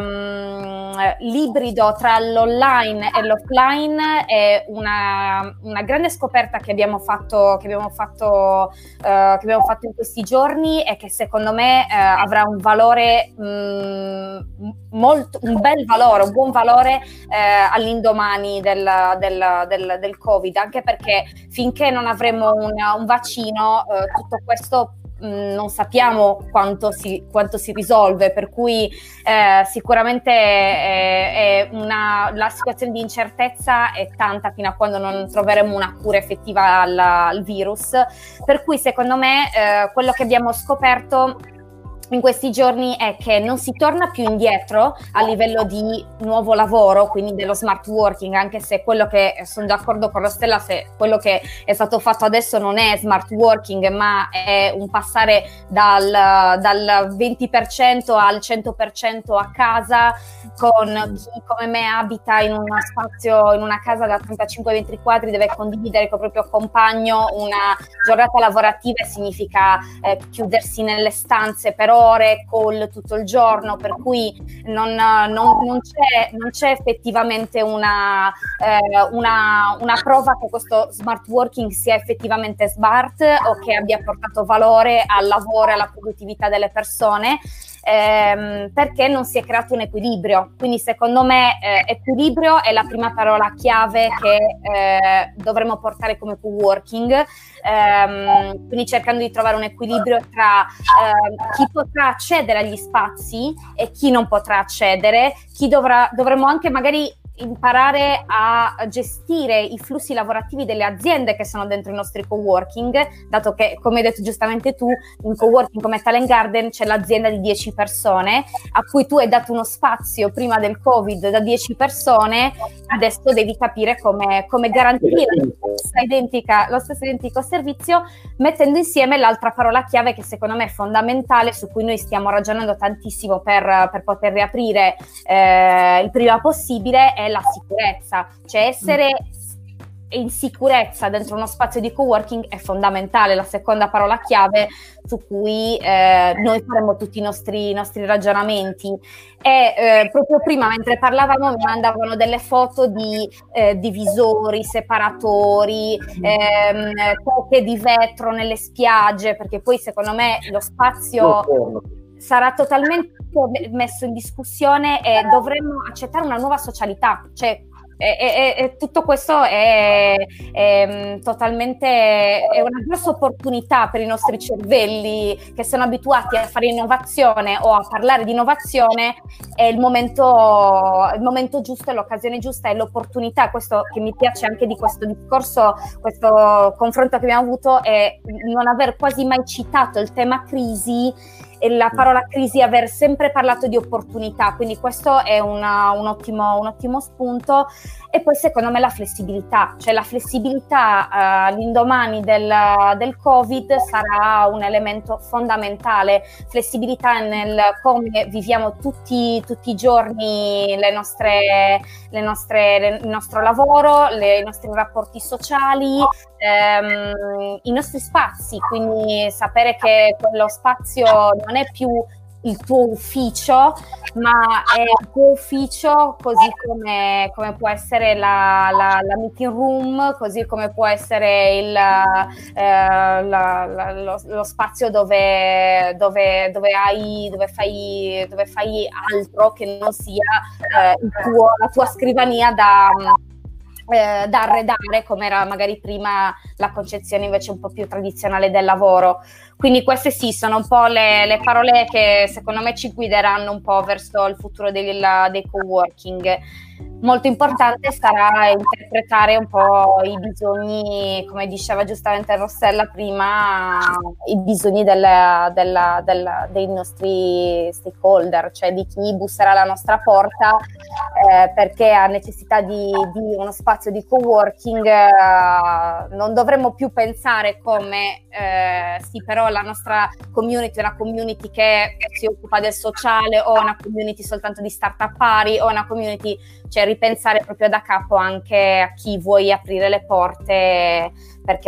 ehm, l'ibrido tra l'online e l'offline è una, una grande scoperta che abbiamo fatto, che abbiamo fatto, eh, che abbiamo fatto in questi giorni, e che secondo me eh, avrà un valore mh, molto, un bel valore, un buon valore eh, all'indomani del, del, del, del Covid, anche perché finché non avremo un, un vaccino eh, tutto questo non sappiamo quanto si, quanto si risolve, per cui eh, sicuramente è, è una, la situazione di incertezza è tanta fino a quando non troveremo una cura effettiva al, al virus, per cui secondo me eh, quello che abbiamo scoperto in questi giorni è che non si torna più indietro a livello di nuovo lavoro, quindi dello smart working, anche se quello che, sono d'accordo con Rossella, se quello che è stato fatto adesso non è smart working, ma è un passare dal, dal venti per cento al cento per cento a casa, con chi come me abita in uno spazio, in una casa da trentacinque metri quadri, deve condividere col proprio compagno una giornata lavorativa e significa eh, chiudersi nelle stanze per ore, call tutto il giorno, per cui non, non, non, c'è, non c'è effettivamente una, eh, una, una prova che questo smart working sia effettivamente smart o che abbia portato valore al lavoro e alla produttività delle persone. Ehm, perché non si è creato un equilibrio, quindi secondo me eh, equilibrio è la prima parola chiave che eh, dovremmo portare come co-working, ehm, quindi cercando di trovare un equilibrio tra eh, chi potrà accedere agli spazi e chi non potrà accedere, chi dovrà, dovremmo anche magari imparare a gestire i flussi lavorativi delle aziende che sono dentro i nostri coworking, dato che, come hai detto giustamente tu, in coworking come Talent Garden c'è l'azienda di dieci persone a cui tu hai dato uno spazio prima del Covid da dieci persone, adesso devi capire come, come garantire la stessa identica, lo stesso identico servizio, mettendo insieme l'altra parola chiave che secondo me è fondamentale, su cui noi stiamo ragionando tantissimo per, per poter riaprire eh, il prima possibile, è la sicurezza, cioè essere in sicurezza dentro uno spazio di coworking è fondamentale, la seconda parola chiave su cui eh, noi faremo tutti i nostri, i nostri ragionamenti. E eh, proprio prima, mentre parlavamo, mi mandavano delle foto di eh, divisori, separatori, ehm, poche di vetro nelle spiagge, perché poi secondo me lo spazio sarà totalmente messo in discussione e dovremmo accettare una nuova socialità, cioè e, e, e tutto questo è, è totalmente è una grossa opportunità per i nostri cervelli che sono abituati a fare innovazione o a parlare di innovazione. È il momento, il momento giusto, è l'occasione giusta, è l'opportunità. Questo che mi piace anche di questo discorso, questo confronto che abbiamo avuto, è non aver quasi mai citato il tema crisi e la parola crisi, aver sempre parlato di opportunità, quindi questo è una, un, ottimo, un ottimo spunto. E poi secondo me la flessibilità, cioè la flessibilità uh, all'indomani del, del Covid sarà un elemento fondamentale, flessibilità nel come viviamo tutti, tutti i giorni le nostre, le nostre, le, il nostro lavoro, le, i nostri rapporti sociali, ehm, i nostri spazi, quindi sapere che quello spazio non è più il tuo ufficio, ma è il tuo ufficio così come, come può essere la, la, la meeting room, così come può essere il, eh, la, la, lo, lo spazio dove, dove, dove, hai, dove, fai, dove fai altro che non sia eh, il tuo, la tua scrivania da... Eh, da arredare, come era magari prima la concezione invece un po' più tradizionale del lavoro. Quindi queste sì, sono un po' le, le parole che secondo me ci guideranno un po' verso il futuro del, dei coworking. Molto importante sarà interpretare un po' i bisogni, come diceva giustamente Rossella prima, i bisogni del, del, del, dei nostri stakeholder, cioè di chi busserà alla nostra porta eh, perché ha necessità di, di uno spazio di coworking. Eh, non dovremmo più pensare come eh, sì, però la nostra community è una community che si occupa del sociale, o una community soltanto di start-up pari, o una community, cioè ripensare proprio da capo anche a chi vuoi aprire le porte, perché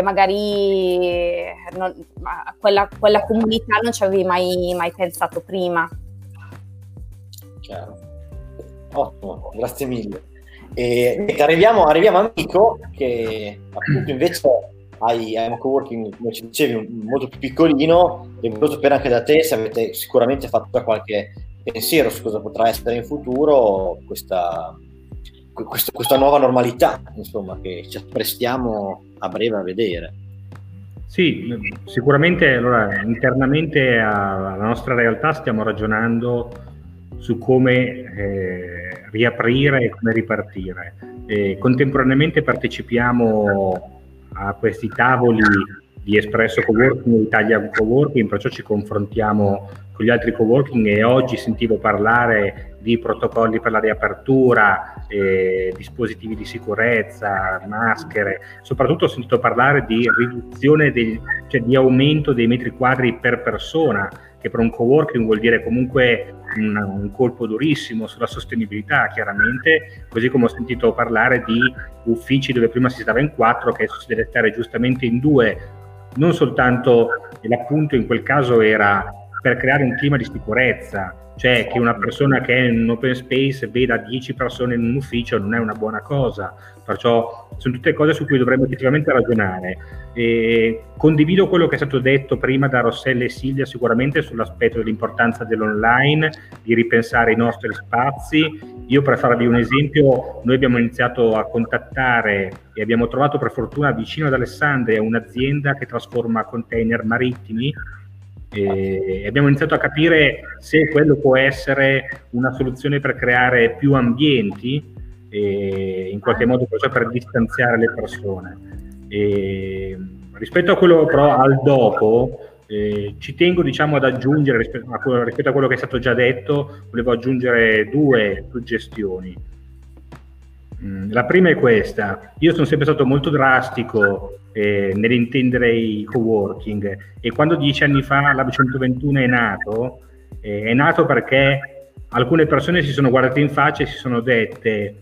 magari non, a quella, quella comunità non ci avevi mai, mai pensato prima. Chiaro. Ottimo, grazie mille. E arriviamo, arriviamo a Nico, che appunto invece hai, hai un coworking, come ci dicevi, molto più piccolino, e volevo sapere anche da te se avete sicuramente fatto qualche pensiero su cosa potrà essere in futuro questa, questa, questa nuova normalità, insomma, che ci apprestiamo a breve a vedere. Sì, sicuramente allora, internamente alla nostra realtà stiamo ragionando su come eh, riaprire e come ripartire. E contemporaneamente partecipiamo a questi tavoli di Espresso Coworking e Italia Coworking, perciò ci confrontiamo con gli altri coworking e oggi sentivo parlare di protocolli per la riapertura, eh, dispositivi di sicurezza, maschere, soprattutto ho sentito parlare di riduzione, del, cioè di aumento dei metri quadri per persona, che per un coworking vuol dire comunque un, un colpo durissimo sulla sostenibilità, chiaramente, così come ho sentito parlare di uffici dove prima si stava in quattro, che adesso si deve stare giustamente in due, non soltanto, l'appunto in quel caso era per creare un clima di sicurezza, cioè che una persona che è in un open space veda dieci persone in un ufficio non è una buona cosa, perciò sono tutte cose su cui dovremmo effettivamente ragionare. E condivido quello che è stato detto prima da Rossella e Silvia sicuramente sull'aspetto dell'importanza dell'online, di ripensare i nostri spazi. Io, per farvi un esempio, noi abbiamo iniziato a contattare e abbiamo trovato per fortuna vicino ad Alessandria un'azienda che trasforma container marittimi e abbiamo iniziato a capire se quello può essere una soluzione per creare più ambienti e in qualche modo per distanziare le persone. E rispetto a quello però al dopo, eh, ci tengo diciamo ad aggiungere rispetto a, quello, rispetto a quello che è stato già detto, volevo aggiungere due suggestioni. Mm, la prima è questa: io sono sempre stato molto drastico eh, nell'intendere i coworking, e quando dieci anni fa Lab centoventuno è nato, eh, è nato perché alcune persone si sono guardate in faccia e si sono dette,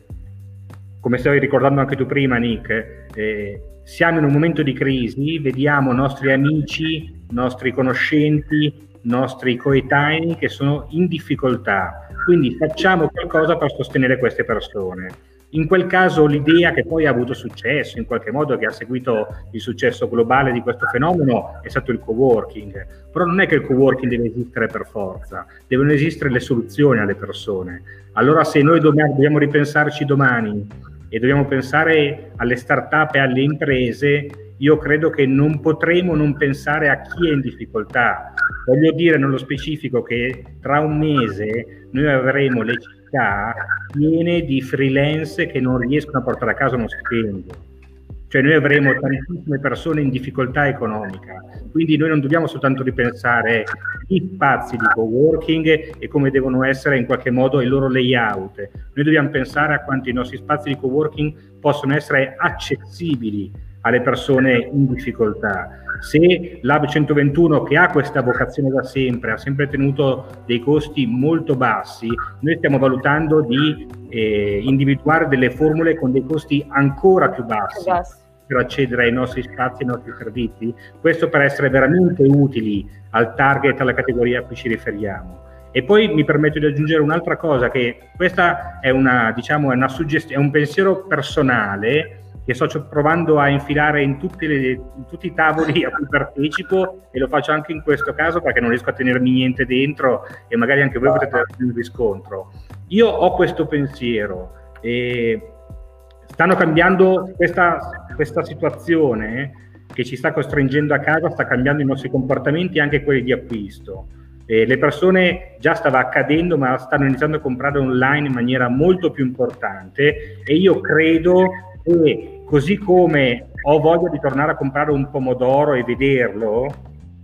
come stavi ricordando anche tu prima Nick, eh, siamo in un momento di crisi, vediamo nostri amici, nostri conoscenti, nostri coetanei che sono in difficoltà, quindi facciamo qualcosa per sostenere queste persone. In quel caso l'idea, che poi ha avuto successo in qualche modo, che ha seguito il successo globale di questo fenomeno, è stato il coworking. Però non è che il coworking deve esistere per forza, devono esistere le soluzioni alle persone. Allora se noi dobbiamo, dobbiamo ripensarci domani e dobbiamo pensare alle start-up e alle imprese, io credo che non potremo non pensare a chi è in difficoltà. Voglio dire nello specifico che tra un mese noi avremo le città piene di freelance che non riescono a portare a casa uno stipendio. Cioè noi avremo tantissime persone in difficoltà economica, quindi noi non dobbiamo soltanto ripensare gli spazi di coworking e come devono essere in qualche modo il loro layout, noi dobbiamo pensare a quanto i nostri spazi di coworking possono essere accessibili alle persone in difficoltà. Se Lab centoventuno, che ha questa vocazione da sempre, ha sempre tenuto dei costi molto bassi, noi stiamo valutando di eh, individuare delle formule con dei costi ancora più bassi per accedere ai nostri spazi e ai nostri servizi, questo per essere veramente utili al target, alla categoria a cui ci riferiamo. E poi mi permetto di aggiungere un'altra cosa, che questa è una, diciamo, è una suggestione, è un pensiero personale che sto provando a infilare in, tutte le, in tutti i tavoli a cui partecipo, e lo faccio anche in questo caso perché non riesco a tenermi niente dentro e magari anche voi potete darmi un riscontro. Io ho questo pensiero e stanno cambiando questa, questa situazione che ci sta costringendo a casa, sta cambiando i nostri comportamenti, anche quelli di acquisto. E le persone già stava accadendo, ma stanno iniziando a comprare online in maniera molto più importante, e io credo che così come ho voglia di tornare a comprare un pomodoro e vederlo,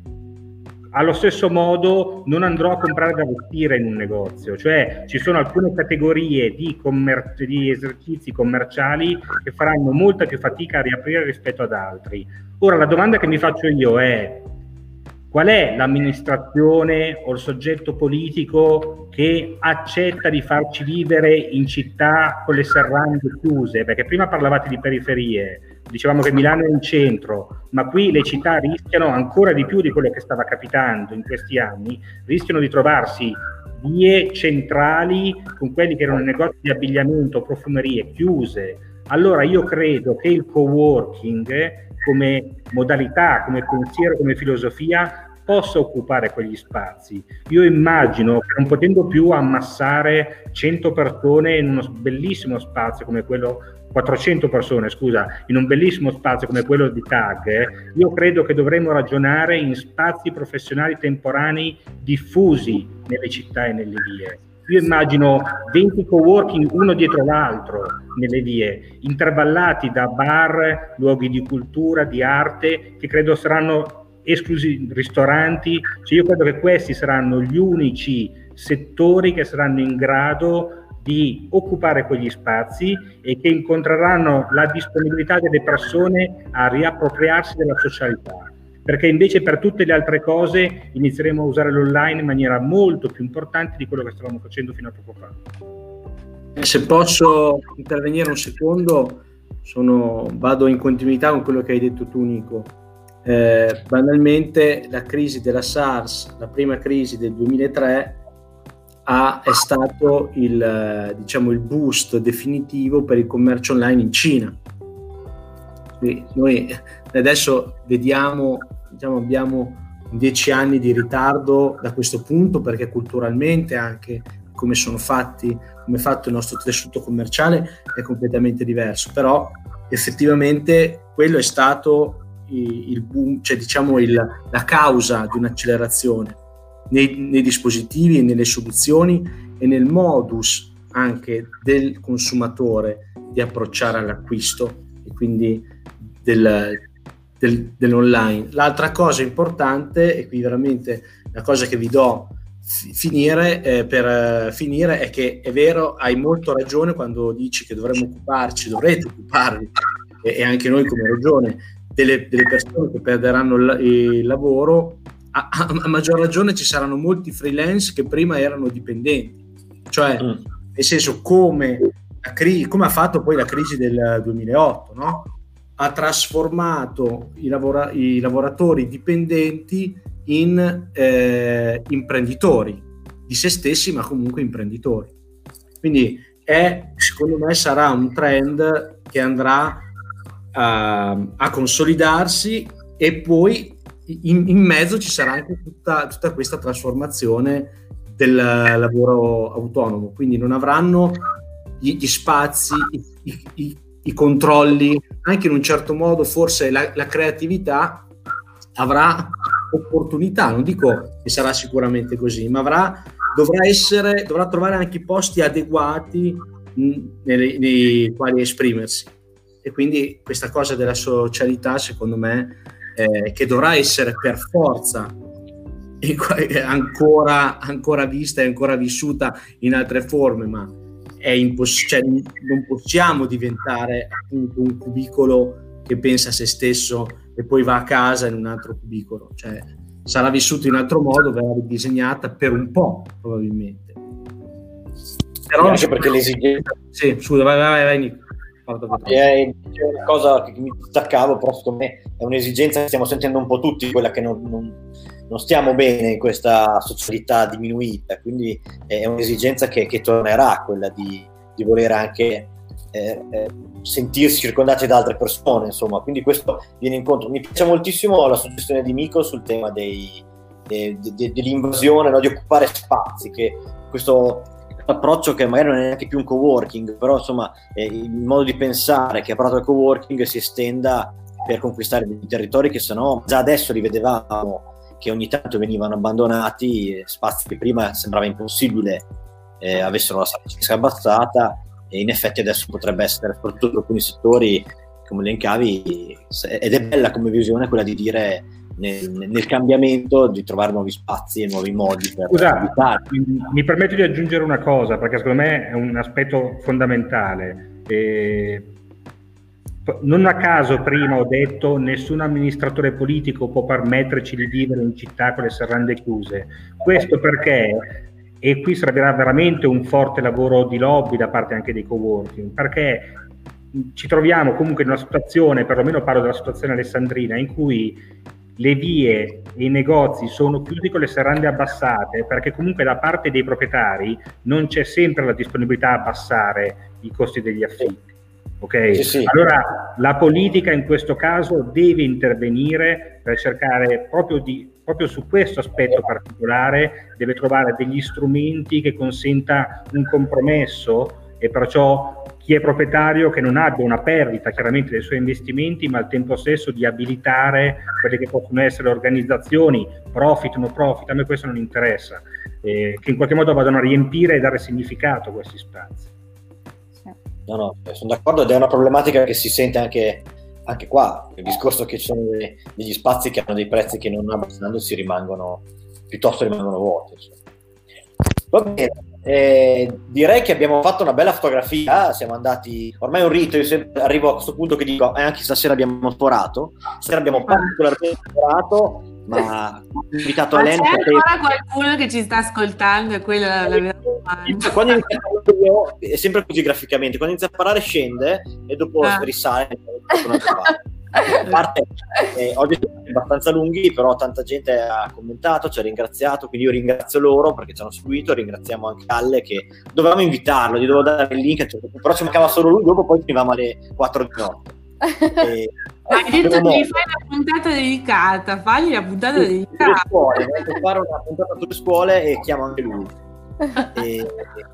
allo stesso modo non andrò a comprare da vestire in un negozio. Cioè ci sono alcune categorie di, commer- di esercizi commerciali che faranno molta più fatica a riaprire rispetto ad altri. Ora la domanda che mi faccio io è: qual è l'amministrazione o il soggetto politico che accetta di farci vivere in città con le serrande chiuse? Perché prima parlavate di periferie, dicevamo che Milano è in centro, ma qui le città rischiano ancora di più di quello che stava capitando in questi anni, rischiano di trovarsi vie centrali con quelli che erano negozi di abbigliamento, profumerie chiuse. Allora io credo che il coworking come modalità, come pensiero, come filosofia possa occupare quegli spazi. Io immagino che non potendo più ammassare cento persone in uno bellissimo spazio come quello, quattrocento persone scusa, in un bellissimo spazio come quello di Tag, eh, io credo che dovremmo ragionare in spazi professionali temporanei diffusi nelle città e nelle vie. Io immagino venti coworking uno dietro l'altro nelle vie, intervallati da bar, luoghi di cultura, di arte, che credo saranno esclusivi, ristoranti. Cioè io credo che questi saranno gli unici settori che saranno in grado di occupare quegli spazi e che incontreranno la disponibilità delle persone a riappropriarsi della socialità. Perché invece per tutte le altre cose inizieremo a usare l'online in maniera molto più importante di quello che stavamo facendo fino a poco fa. Se posso intervenire un secondo, sono, vado in continuità con quello che hai detto tu, Nico. Eh, banalmente la crisi della SARS, la prima crisi del duemilatré, ha, è stato il, diciamo, il boost definitivo per il commercio online in Cina. Quindi noi adesso vediamo, diciamo, abbiamo dieci anni di ritardo da questo punto, perché culturalmente anche come sono fatti, come è fatto il nostro tessuto commerciale è completamente diverso, però effettivamente quello è stato il, il boom, cioè diciamo il, la causa di un'accelerazione nei, nei dispositivi e nelle soluzioni e nel modus anche del consumatore di approcciare all'acquisto e quindi del, del, dell'online. L'altra cosa importante, e qui veramente la cosa che vi do f- finire eh, per uh, finire, è che è vero, hai molto ragione quando dici che dovremmo occuparci, dovrete occuparvi, e, e anche noi come regione, delle, delle persone che perderanno il, il lavoro. A, a, a maggior ragione ci saranno molti freelance che prima erano dipendenti, cioè mm. nel senso come, la cri- come ha fatto poi la crisi del duemilaotto, no? Ha trasformato i, lavora- i lavoratori dipendenti in eh, imprenditori di se stessi, ma comunque imprenditori. Quindi è, secondo me sarà un trend che andrà a, a consolidarsi, e poi in, in mezzo ci sarà anche tutta, tutta questa trasformazione del lavoro autonomo, quindi non avranno gli, gli spazi, i, i, i i controlli, anche in un certo modo forse la, la creatività avrà opportunità, non dico che sarà sicuramente così, ma avrà, dovrà essere, dovrà trovare anche i posti adeguati mh, nei, nei quali esprimersi, e quindi questa cosa della socialità secondo me eh, che dovrà essere per forza ancora, ancora vista e ancora vissuta in altre forme, ma è imposs- cioè, non possiamo diventare appunto un cubicolo che pensa a se stesso e poi va a casa in un altro cubicolo, cioè sarà vissuto in un altro modo, verrà disegnata per un po' probabilmente. Però sì, anche perché l'esigenza, sì, scusa, vai vai vai Nico. È una cosa che mi staccavo, però secondo me è un'esigenza che stiamo sentendo un po' tutti, quella che non, non, non stiamo bene in questa socialità diminuita, quindi è un'esigenza che, che tornerà, quella di, di voler anche eh, eh, sentirsi circondati da altre persone, insomma, quindi questo viene incontro. Mi piace moltissimo la suggestione di Nico sul tema dei, de, de, de, dell'invasione, no? Di occupare spazi, che questo approccio che magari non è neanche più un coworking, però insomma eh, il modo di pensare che ha parlato del coworking si estenda per conquistare dei territori che sennò già adesso li vedevamo che ogni tanto venivano abbandonati, spazi che prima sembrava impossibile eh, avessero la sapienza abbassata, e in effetti adesso potrebbe essere, soprattutto in alcuni settori come elencavi, ed è bella come visione quella di dire Nel, nel cambiamento, di trovare nuovi spazi e nuovi modi per Scusa, mi permetto di aggiungere una cosa, perché secondo me è un aspetto fondamentale. Eh, non a caso prima ho detto nessun amministratore politico può permetterci di vivere in città con le serrande chiuse. Questo perché, e qui servirà veramente un forte lavoro di lobby da parte anche dei coworking, perché ci troviamo comunque in una situazione, perlomeno parlo della situazione alessandrina, in cui le vie e i negozi sono chiusi con le serrande abbassate, perché comunque da parte dei proprietari non c'è sempre la disponibilità a abbassare i costi degli affitti. Ok? Sì, sì. Allora la politica in questo caso deve intervenire per cercare proprio di proprio su questo aspetto particolare, deve trovare degli strumenti che consenta un compromesso, e perciò chi è proprietario che non abbia una perdita chiaramente dei suoi investimenti, ma al tempo stesso di abilitare quelle che possono essere organizzazioni, profit, no profit, a me questo non interessa, eh, che in qualche modo vadano a riempire e dare significato a questi spazi. No, no, sono d'accordo, ed è una problematica che si sente anche, anche qua, il discorso che ci sono degli spazi che hanno dei prezzi che non abbassando si rimangono, piuttosto rimangono vuoti. Insomma. Va bene, eh, direi che abbiamo fatto una bella fotografia, siamo andati, ormai è un rito, io sempre arrivo a questo punto che dico, eh, anche stasera abbiamo sforato, stasera abbiamo particolarmente sforato, ma ho invitato ma Elena. c'è ancora qualcuno che ci sta ascoltando, e quella è la vera domanda. Quando inizia a parlare, è sempre così graficamente, quando inizia a parlare scende e dopo ah. risale. A parte, eh, oggi sono abbastanza lunghi, però tanta gente ha commentato, ci ha ringraziato, quindi io ringrazio loro perché ci hanno seguito, ringraziamo anche Alle che dovevamo invitarlo, gli dovevo dare il link, però ci mancava solo lui, dopo poi finivamo alle quattro di notte. E, hai detto che gli fai una puntata dedicata, fagli la puntata sì, dedicata. Scuole, devo fare una puntata sulle scuole e chiamo anche lui. E,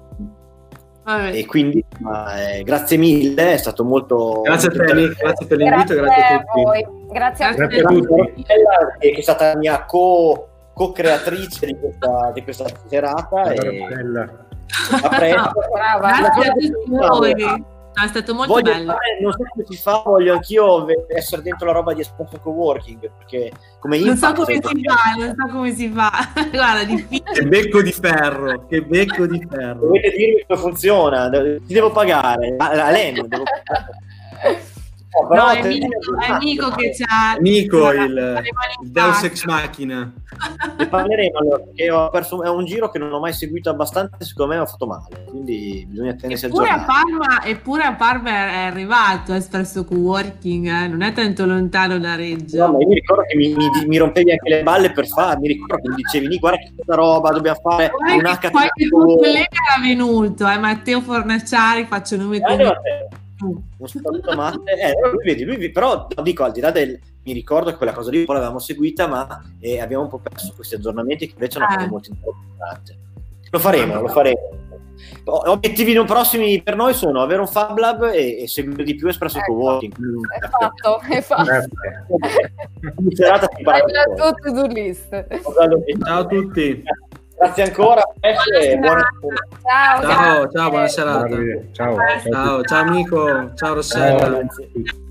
e quindi ma, eh, grazie mille, è stato molto grazie molto a te, Nick, grazie per l'invito, grazie, grazie a tutti. Voi. Grazie a grazie tutti. a tutti. Che è stata la mia co, co-creatrice di questa, di questa serata. E... a presto. Grazie a tutti voi. No, è stato molto voglio bello. Fare, non so come si fa, voglio anch'io essere dentro la roba di Espresso Coworking, perché come non so come sempre... si fa, non so come si fa. Guarda, è difficile. Che becco di ferro, che becco di ferro. Dovete dirmi come funziona, ti devo pagare, a Len devo pagare. No, però no, è Nico, è Nico che c'ha Nico il, il Deus Ex Machina. Ne parleremo allora, perché ho perso, è un giro che non ho mai seguito abbastanza, secondo me ho fatto male, quindi bisogna tenersi eppure aggiornati. A Parma, eppure a Parma è arrivato Espresso Coworking, eh? Non è tanto lontano da Reggio. No, ma io mi ricordo che mi, mi, mi rompevi anche le balle per fare, mi ricordo che mi dicevi, Nico, guarda che questa roba, dobbiamo fare un H T M L. Qualche tuo collega era venuto, eh? Matteo Fornaciari, faccio nome e eh, un saluto Matte, eh, lui vedi, lui però dico, al di là del, mi ricordo che quella cosa lì poi l'avevamo seguita, ma eh, abbiamo un po' perso questi aggiornamenti che invece è una cosa molto importante. Lo faremo, lo faremo. Obiettivi non prossimi per noi sono avere un Fab Lab e, e seguire di più Espresso ecco, Coworking. È fatto, è fatto. Serata si parla la to-do list. Ciao a tutti. Grazie ancora, e buona ciao, ciao, ciao, buona serata. Ciao, ciao, ciao amico, ciao Rossella. Ciao,